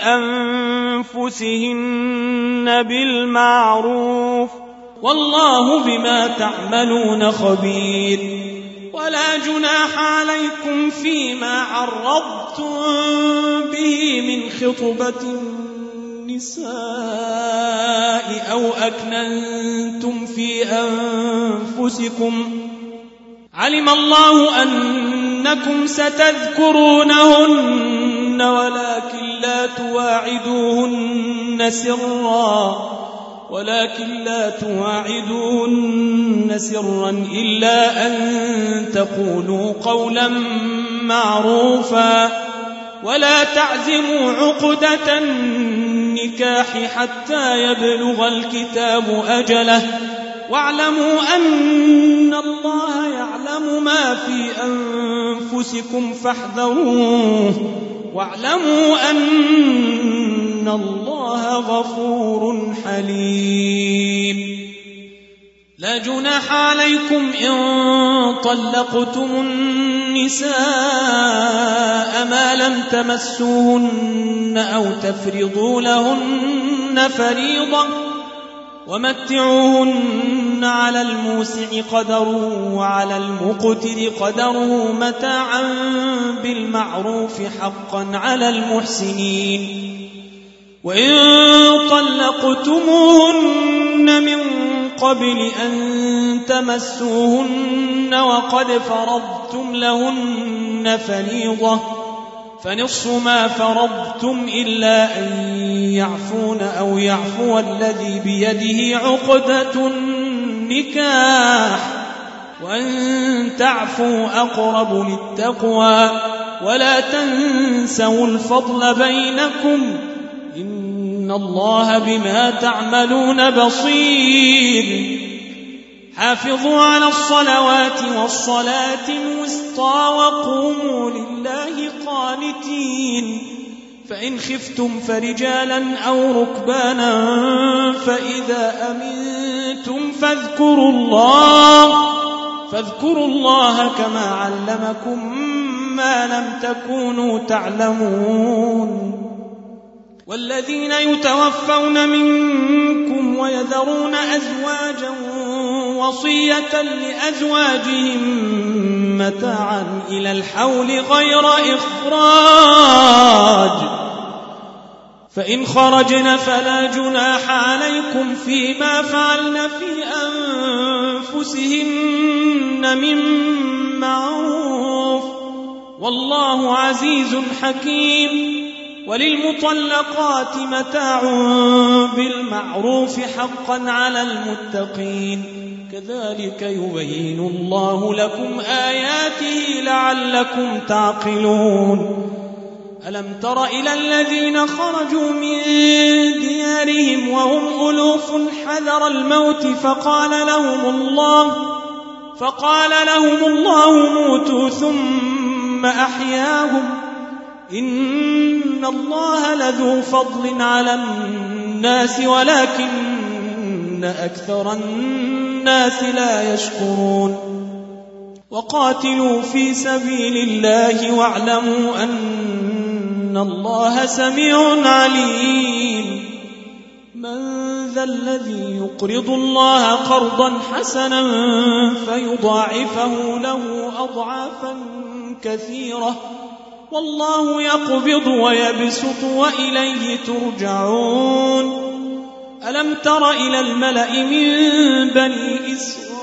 أنفسهن بالمعروف والله بما تعملون خبير ولا جناح عليكم فيما عرضتم به من خطبة النساء أو أكننتم في أنفسكم علم الله أنكم ستذكرونهن ولكن لا تواعدوهن سرا ولكن لا تواعدوهن سرا إلا أن تقولوا قولا معروفا ولا تعزموا عقدة النكاح حتى يبلغ الكتاب أجله واعلموا أن الله يعلم ما في أنفسكم فاحذروه واعلموا أن الله غفور حليم لا جناح عليكم إن طلقتم النساء ما لم تمسوهن أو تفرضوا لهن فريضة ومتعوهن على الموسع قدره وعلى المقتر قدره متاعا بالمعروف حقا على المحسنين وإن طلقتموهن من قبل أن تمسوهن وقد فرضتم لهن فريضة فنصف ما فرضتم إلا أن يعفون أو يعفو الذي بيده عقدة النكاح وأن تعفوا أقرب للتقوى ولا تنسوا الفضل بينكم إن الله بما تعملون بصير حافظوا على الصلوات والصلاة الوسطى وقوموا لله قانتين فإن خفتم فرجالا أو ركبانا فإذا أمنتم فاذكروا الله فاذكروا الله كما علمكم ما لم تكونوا تعلمون والذين يتوفون منكم ويذرون أزواجا وصية لأزواجهم متاعا إلى الحول غير إخراج فإن خرجن فلا جناح عليكم فيما فعلن في أنفسهن من معروف والله عزيز حكيم وللمطلقات متاع بالمعروف حقا على المتقين كذلك يبين الله لكم آياته لعلكم تعقلون ألم تر إلى الذين خرجوا من ديارهم وهم ألوف حذر الموت فقال لهم الله فقال لهم الله موتوا ثم أحياهم إن الله لذو فضل على الناس ولكن أكثر الناس لا يشكرون وقاتلوا في سبيل الله واعلموا أن الله سميع عليم من ذا الذي يقرض الله قرضا حسنا فيضاعفه له أضعافا كثيرة والله يقبض ويبسط وإليه ترجعون ألم تر إلى الملأ من بني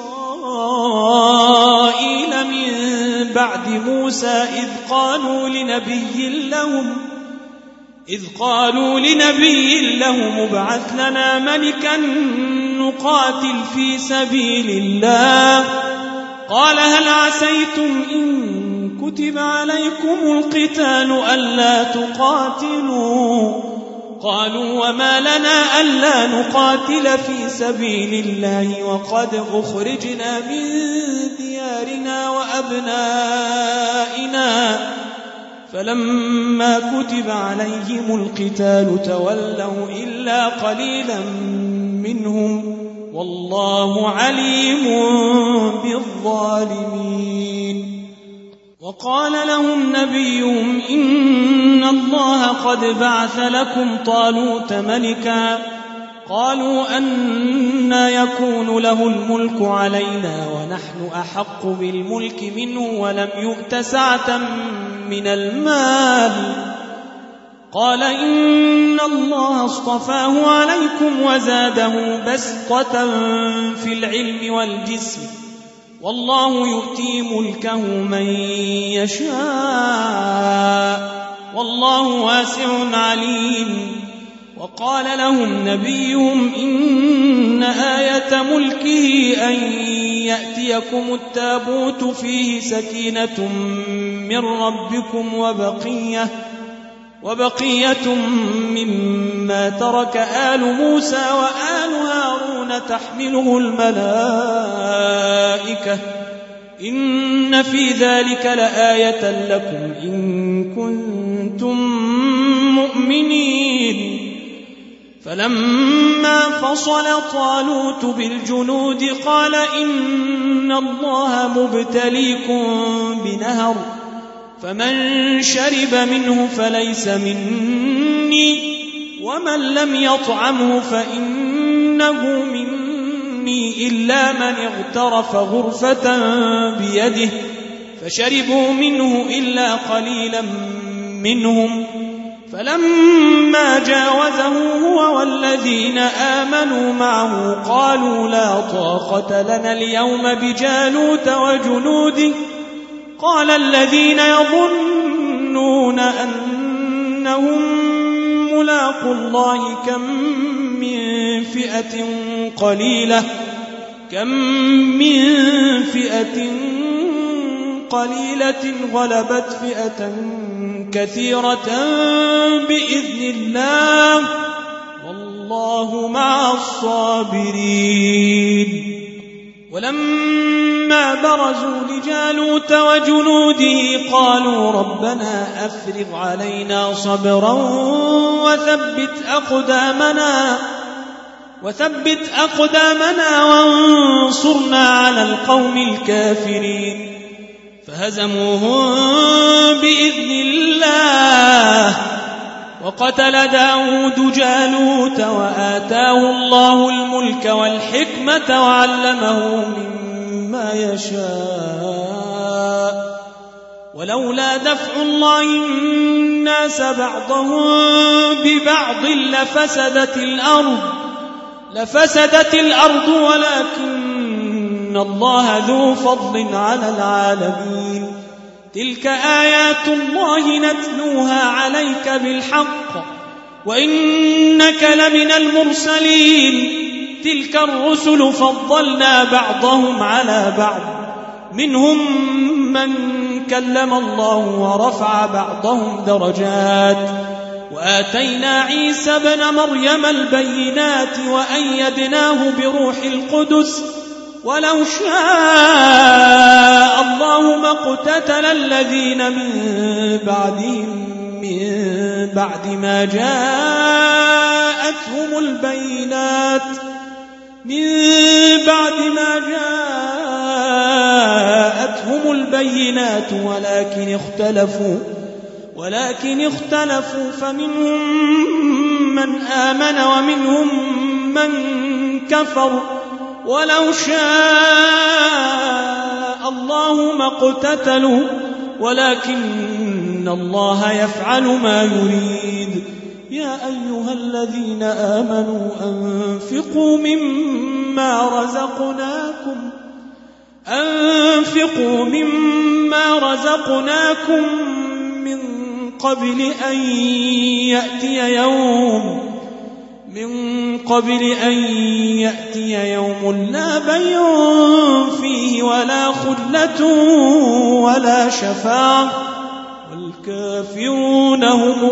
إسرائيل من بعد موسى إذ قالوا لنبي لهم إذ قالوا لنبي لهم ابعث لنا ملكا نقاتل في سبيل الله قال هل عسيتم إن كتب عليكم القتال ألا تقاتلوا قالوا وما لنا ألا نقاتل في سبيل الله وقد أخرجنا من ديارنا وأبنائنا فلما كتب عليهم القتال تولوا إلا قليلا منهم والله عليم بالظالمين وقال لهم نبيهم إن الله قد بعث لكم طالوت ملكا قالوا أنى يكون له الملك علينا ونحن أحق بالملك منه ولم يؤت سعة من المال قال إن الله اصطفاه عليكم وزاده بسطة في العلم والجسم والله يؤتي ملكه من يشاء والله واسع عليم وقال لهم نبيهم إن آية ملكه أن يأتيكم التابوت فيه سكينة من ربكم وبقية وبقية مما ترك آل موسى وآل هارون تحمله الملائكة إن في ذلك لآية لكم إن كنتم مؤمنين فلما فصل طالوت بالجنود قال إن الله مبتليكم بنهر فمن شرب منه فليس مني ومن لم يطعمه فإنه مني إلا من اغترف غرفة بيده فشربوا منه إلا قليلا منهم فلما جاوزه هو والذين آمنوا معه قالوا لا طاقة لنا اليوم بجالوت وجنوده قال الذين يظنون أنهم ملاقوا الله كم من فئة قليلة كم من فئة قليلة غلبت فئة كثيرة بإذن الله والله مع الصابرين ولما برزوا لجالوت وجنوده قالوا ربنا أفرغ علينا صبرا وثبت أقدامنا وثبت أقدامنا وانصرنا على القوم الكافرين فهزموهم بإذن الله وقتل داود جالوت وآتاه الله الملك والحكمة وعلمه مما يشاء ولولا دفع الله الناس بعضهم ببعض لفسدت الأرض لفسدت الأرض ولكن الله ذو فضل على العالمين تلك آيات الله نتلوها عليك بالحق وإنك لمن المرسلين تلك الرسل فضلنا بعضهم على بعض منهم من كلم الله ورفع بعضهم درجات وآتينا عيسى ابن مريم البينات وأيدناه بروح القدس ولو شاء الله ما اقتتل الذين من بعدهم من بعد ما جاءتهم البينات من بعد ما جاءتهم البينات ولكن اختلفوا ولكن اختلفوا فمنهم من آمن ومنهم من كفر ولو شاء الله ما اقتتلوا ولكن الله يفعل ما يريد. يا أيها الذين آمنوا أنفقوا مما رزقناكم أنفقوا مما رزقناكم من قبل أن يأتي يوم من قبل أن يأتي يوم لا بيع فيه ولا خلة ولا شفاعة والكافرون هم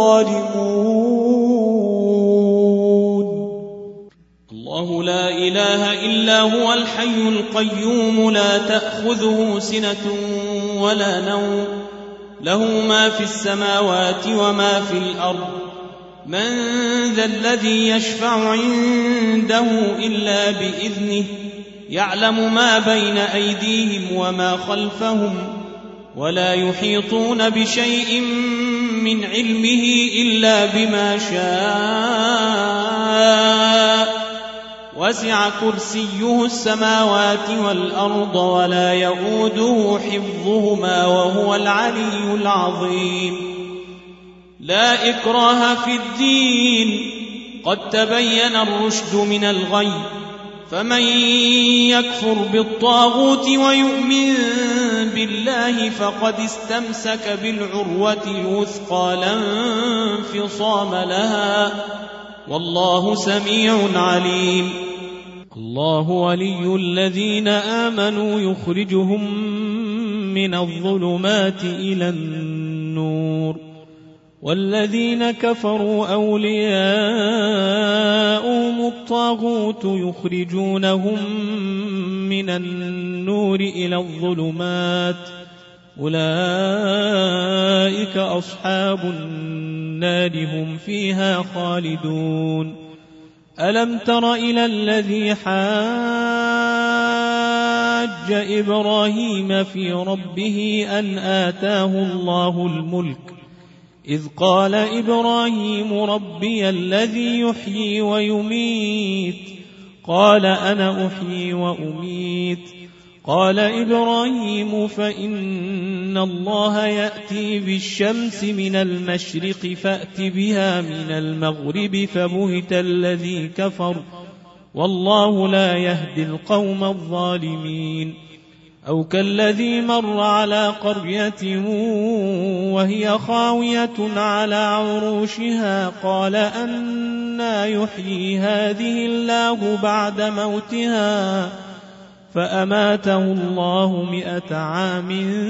الظالمون. الله لا إله إلا هو الحي القيوم لا تأخذه سنة ولا نوم له ما في السماوات وما في الأرض من ذا الذي يشفع عنده إلا بإذنه يعلم ما بين أيديهم وما خلفهم ولا يحيطون بشيء من علمه إلا بما شاء وسع كرسيه السماوات والأرض ولا يؤوده حفظهما وهو العلي العظيم. لا إكراه في الدين قد تبين الرشد من الغي فمن يكفر بالطاغوت ويؤمن بالله فقد استمسك بالعروة الوثقى لا انفصام لها والله سميع عليم. الله ولي الذين آمنوا يخرجهم من الظلمات إلى النور والذين كفروا أولياؤهم الطاغوت يخرجونهم من النور إلى الظلمات أولئك أصحاب النار هم فيها خالدون. ألم تر إلى الذي حاج إبراهيم في ربه أن آتاه الله الملك إذ قال إبراهيم ربي الذي يحيي ويميت قال أنا أحيي وأميت قال إبراهيم فإن الله يأتي بالشمس من المشرق فأت بها من المغرب فبهت الذي كفر والله لا يهدي القوم الظالمين. أو كالذي مر على قرية وهي خاوية على عروشها قال أنى يحيي هذه الله بعد موتها فأماته الله مئة عام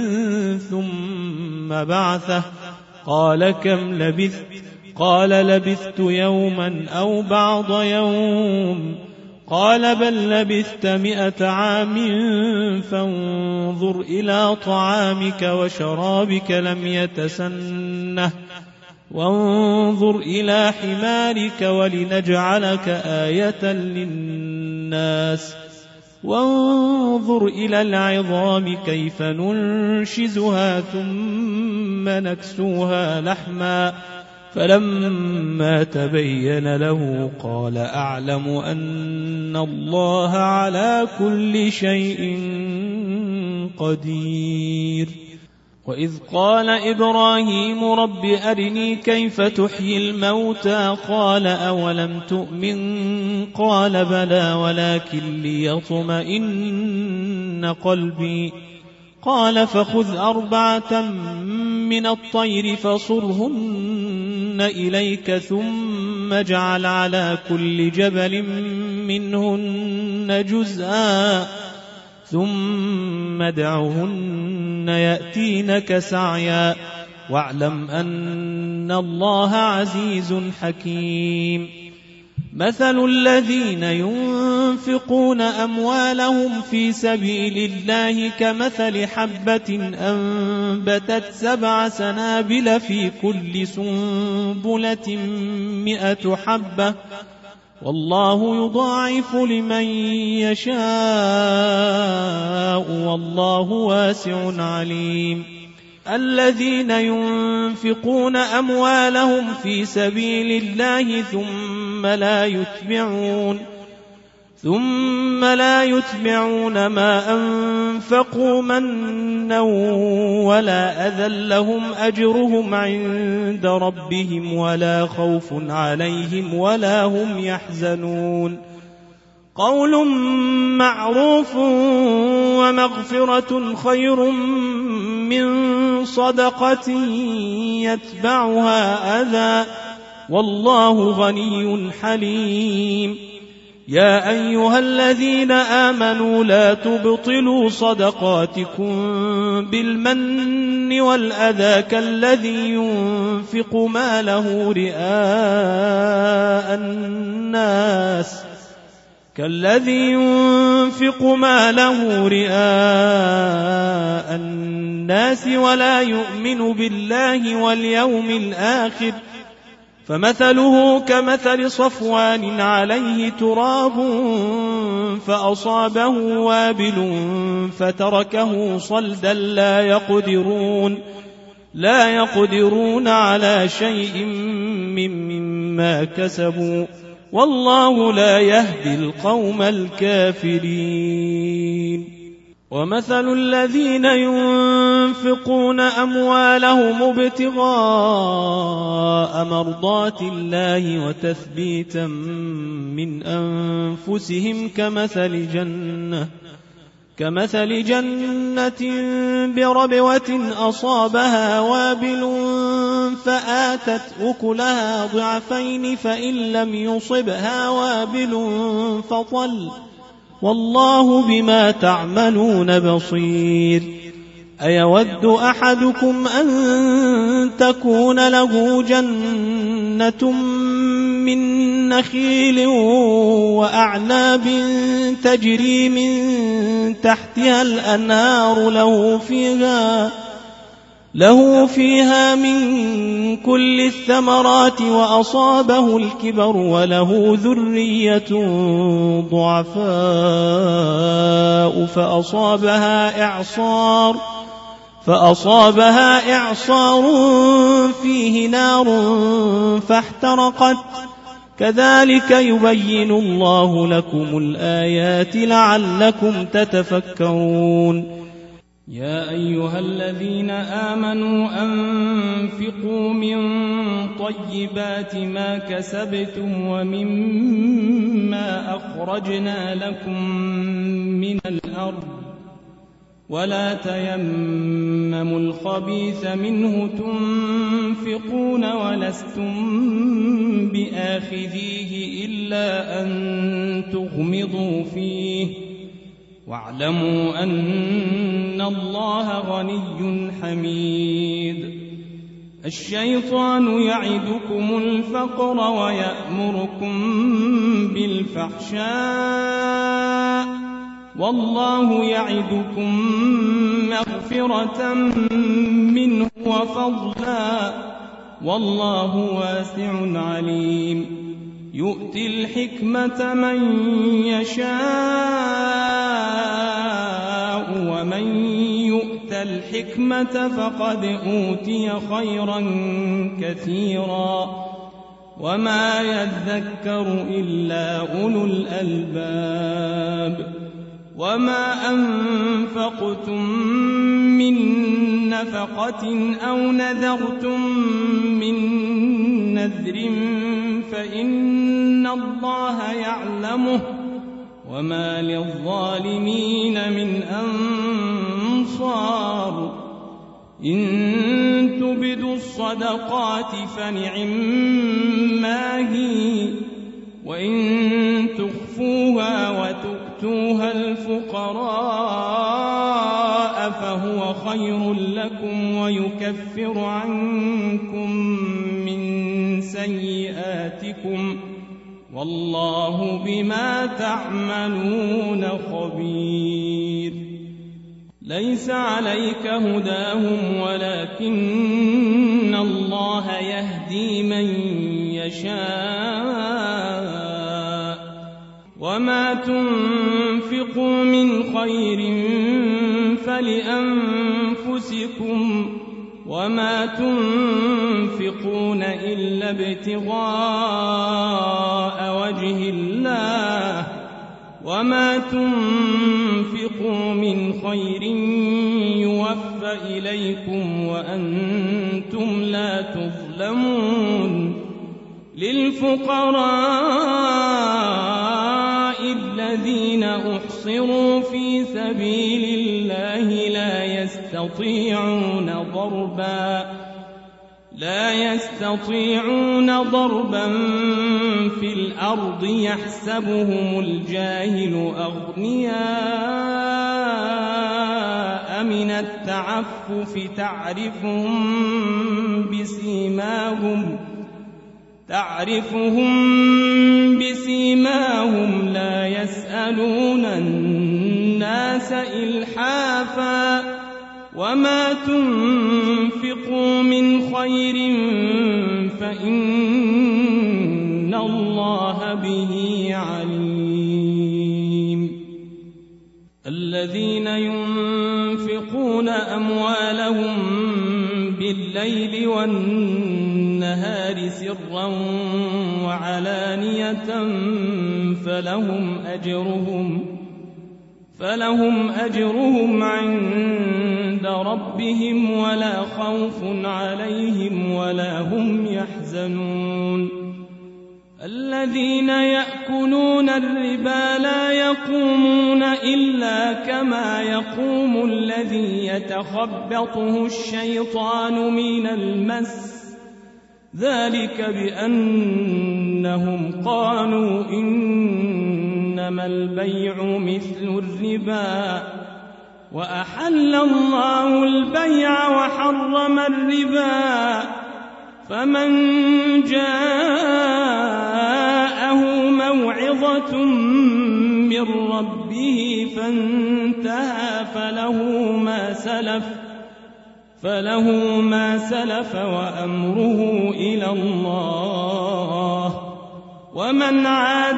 ثم بعثه قال كم لبثت قال لبثت يوما أو بعض يوم قال بل لبثت مئة عام فانظر إلى طعامك وشرابك لم يتسنه وانظر إلى حمارك ولنجعلك آية للناس وانظر إلى العظام كيف ننشزها ثم نكسوها لحما فلما تبين له قال أعلم أن الله على كل شيء قدير. وإذ قال إبراهيم رب أرني كيف تحيي الموتى قال أولم تؤمن قال بلى ولكن ليطمئن قلبي قال فخذ أربعة من الطير فصرهن إليك ثم اجعل على كل جبل منهن جزءا ثم ادعهن يأتينك سعيا واعلم أن الله عزيز حكيم. مثل الذين ينفقون أموالهم في سبيل الله كمثل حبة أنبتت سبع سنابل في كل سنبلة مئة حبة والله يضاعف لمن يشاء والله واسع عليم. الذين ينفقون أموالهم في سبيل الله ثم لا يتبعون ثم لا يتبعون ما أنفقوا منا ولا أذى لهم أجرهم عند ربهم ولا خوف عليهم ولا هم يحزنون قول معروف ومغفرة خير من صدقة يتبعها أذى والله غني حليم يا أيها الذين آمنوا لا تبطلوا صدقاتكم بالمن والأذى كالذي ينفق ماله رئاء الناس كالذي ينفق ماله رئاء الناس ولا يؤمن بالله واليوم الآخر فمثله كمثل صفوان عليه تراب فأصابه وابل فتركه صلدا لا يقدرون لا يقدرون على شيء مما كسبوا والله لا يهدي القوم الكافرين ومثل الذين ينفقون أموالهم ابتغاء مرضات الله وتثبيتا من أنفسهم كمثل جنة كمثل جنة بربوة أصابها وابل فآتت أكلها ضعفين فإن لم يصبها وابل فطل والله بما تعملون بصير أيود أحدكم أن تكون له جنة من نخيل وأعناب تجري من تحتها الأنهار له فيها له فيها من كل الثمرات وأصابه الكبر وله ذرية ضعفاء فأصابها إعصار فأصابها إعصار فيه نار فاحترقت كذلك يبين الله لكم الآيات لعلكم تتفكرون يا أيها الذين آمنوا أنفقوا من طيبات ما كسبتم ومما أخرجنا لكم من الأرض ولا تيمموا الخبيث منه تنفقون ولستم بآخذيه إلا أن تغمضوا فيه واعلموا أن الله غني حميد الشيطان يعدكم الفقر ويأمركم بالفحشاء والله يعدكم مغفرة منه وفضلا والله واسع عليم يؤتي الحكمة من يشاء ومن يؤت الحكمة فقد أوتي خيرا كثيرا وما يذكر إلا أولو الألباب وما أنفقتم من نفقة أو نذرتم من نذر فإن الله يعلمه وما للظالمين من أنصار إن تبدوا الصدقات فنعما هي وإن تخفوها وتؤتوها الفقراء فهو خير لكم ويكفر عنكم من سيئاتكم والله بما تعملون خبير ليس عليك هداهم ولكن الله يهدي من يشاء وما تنفقوا من خير فلأنفسكم وما تنفقون إلا ابتغاء وجه الله وما تنفقوا من خير يوفى إليكم وأنتم لا تظلمون للفقراء الذين أحصروا في سبيل الله لا يستطيعون ضربا لا يستطيعون ضربا في الأرض يحسبهم الجاهل أغنياء من التعفف تعرفهم بسيماهم تعرفهم بسيماهم لا يسألون الناس إلحافا وما تنفقوا من خير فإن الله به عليم الذين ينفقون أموالهم بالليل والنهار سرا وعلانية فلهم أجرهم فلهم أجرهم عند ربهم ولا خوف عليهم ولا هم يحزنون الذين يأكلون الربا لا يقومون إلا كما يقوم الذي يتخبطه الشيطان من المس ذلك بأنهم قالوا إنما البيع مثل الربا وأحل الله البيع وحرم الربا فمن جاءه موعظة من ربه فانتهى فله ما سلف فله ما سلف وأمره إلى الله ومن عاد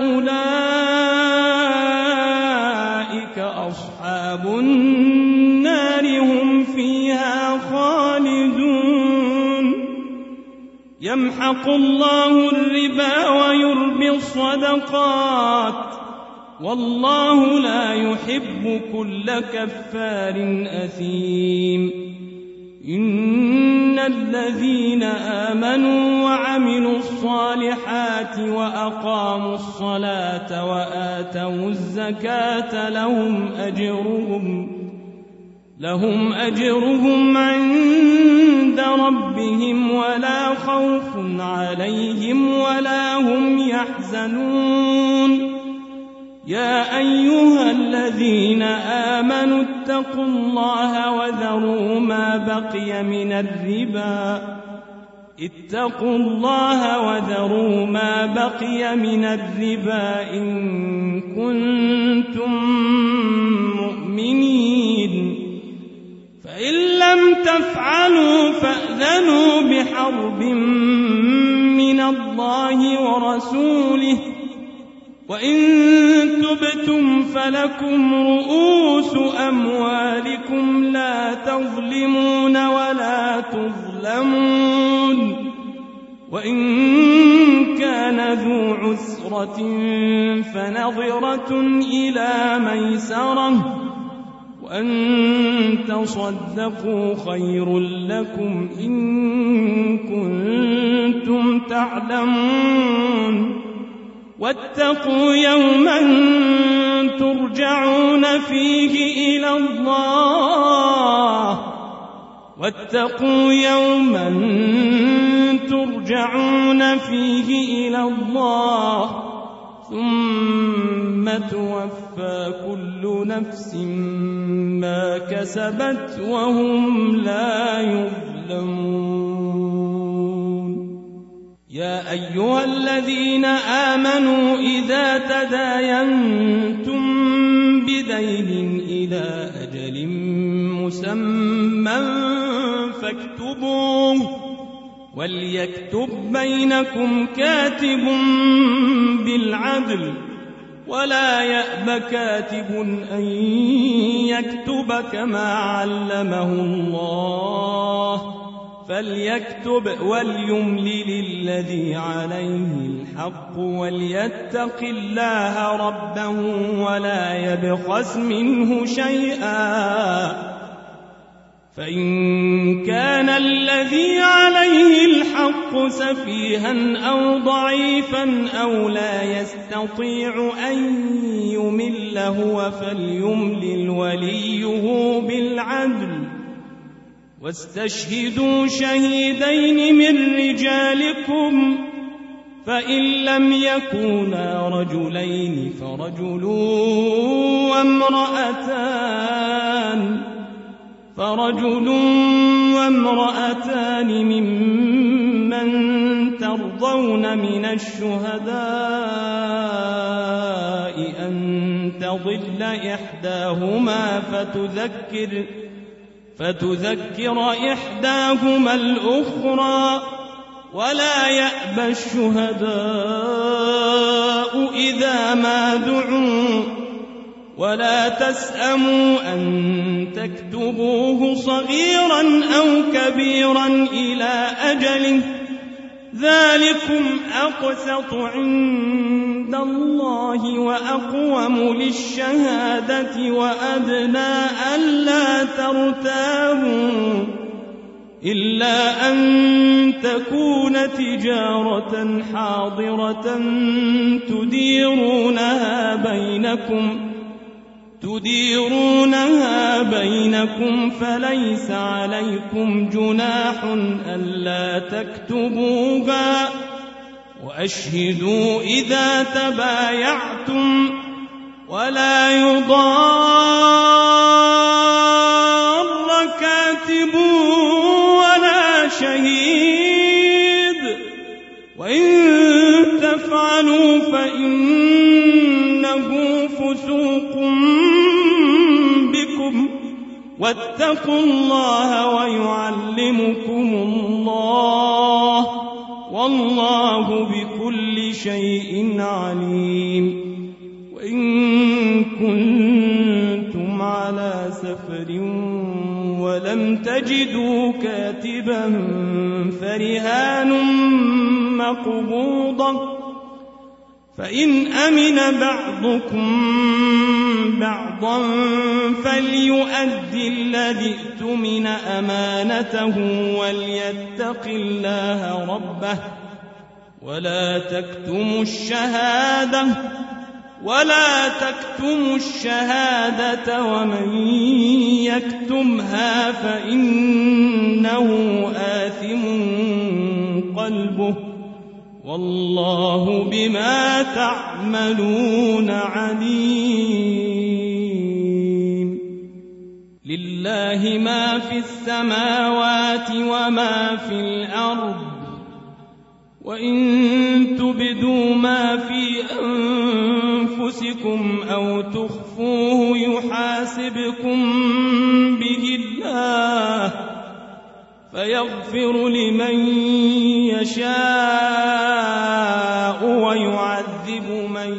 فأولئك أصحاب النار هم فيها خالدون يمحق الله الربا ويربي الصدقات والله لا يحب كل كفار أثيم إن الذين آمنوا وعملوا الصالحات وأقاموا الصلاة وآتوا الزكاة لهم أجرهم لهم أجرهم عند ربهم ولا خوف عليهم ولا هم يحزنون يا أيها الذين آمنوا اتقوا الله وذروا ما بقي من الربا اتقوا الله وذروا ما بقي من الربا إن كنتم مؤمنين فإن لم تفعلوا فأذنوا بحرب من الله ورسوله وإن تبتم فلكم رؤوس أموالكم لا تظلمون ولا تظلمون وإن كان ذو عسرة فنظرة إلى ميسرة وأن تصدقوا خير لكم إن كنتم تعلمون واتقوا يوما ترجعون فيه إلى الله واتقوا يوما ترجعون فيه إلى الله ثم توفى كل نفس ما كسبت وهم لا يظلمون يا أيها الذين آمنوا إذا تداينتم بدين إلى أجل مسمى فاكتبوه وليكتب بينكم كاتب بالعدل ولا يأب كاتب أن يكتب كما علمه الله فليكتب وليملل الذي عليه الحق وليتق الله ربه ولا يبخس منه شيئا، فإن كان الذي عليه الحق سفيها أو ضعيفا أو لا يستطيع أن يمل هو فليملل وليه بالعدل، واستشهدوا شهيدين من رجالكم، فإن لم يكونا رجلين فرجل وامرأتان فرجل وامرأتان ممن ترضون من الشهداء أن تضل إحداهما فتذكر فتذكر إحداهما الأخرى، ولا يأبى الشهداء إذا ما دعوا، ولا تسأموا أن تكتبوه صغيرا أو كبيرا إلى أجله، ذلكم أقسط عند الله وأقوم للشهادة وأدنى ألا ترتابوا، إلا أن تكون تجارة حاضرة تديرونها بينكم تديرونها بينكم فليس عليكم جناح ألا تكتبوها، وأشهدوا إذا تبايعتم، ولا يضار كاتب ولا شهيد، وإن تفعلوا فإنه فسوق بكم، واتقوا الله ويعلمكم الله، والله بكل شيء عليم. وإن كنتم على سفر ولم تجدوا كاتبا فرهان مقبوضة، فإن أمن بعضكم بعضا فليؤدي الذي اؤتمن أمانته وليتق الله ربه، ولا تكتموا الشهادة ولا تكتموا الشهادة ومن يكتمها فإنه آثم قلبه، والله بما تعملون عليم. لله ما في السماوات وما في الأرض، وإن تبدوا ما في أنفسكم أو تخفوه يحاسبكم به الله، فيغفر لمن يشاء ويعذب من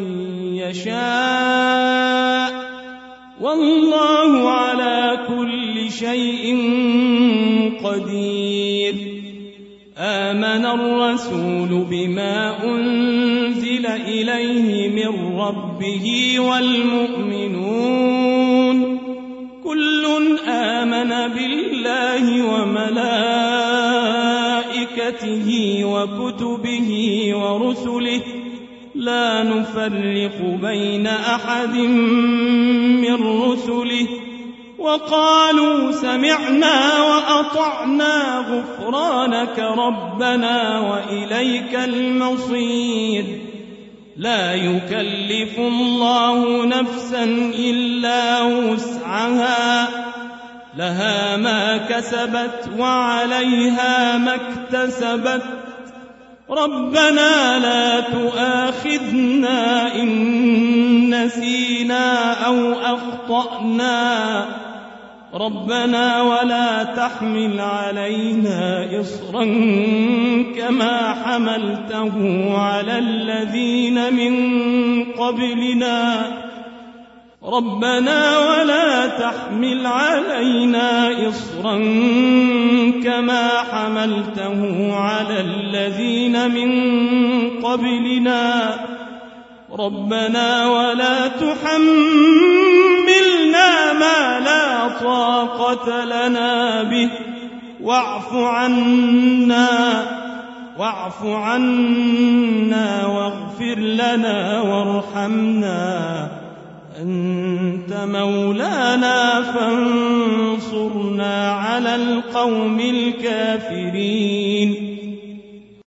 يشاء، والله على كل شيء قدير. آمن الرسول بما أنزل إليه من ربه والمؤمنون كل آمن بالله وملائكته وكتبه ورسله لا نفرق بين أحد من رسله، وقالوا سمعنا وأطعنا غفرانك ربنا وإليك المصير. لا يكلف الله نفسا إلا وسعها، لها ما كسبت وعليها ما اكتسبت، ربنا لا تؤاخذنا إن نسينا أو أخطأنا، ربنا ولا تحمل علينا إصرا كما حملته على الذين من قبلنا، ربنا ولا تحمل علينا إصرا كما حملته على الذين من قبلنا ربنا ولا تحملنا ما لا طاقة لنا به واعف عنا واعف عنا واغفر لنا وارحمنا أنت مولانا فانصرنا على القوم الكافرين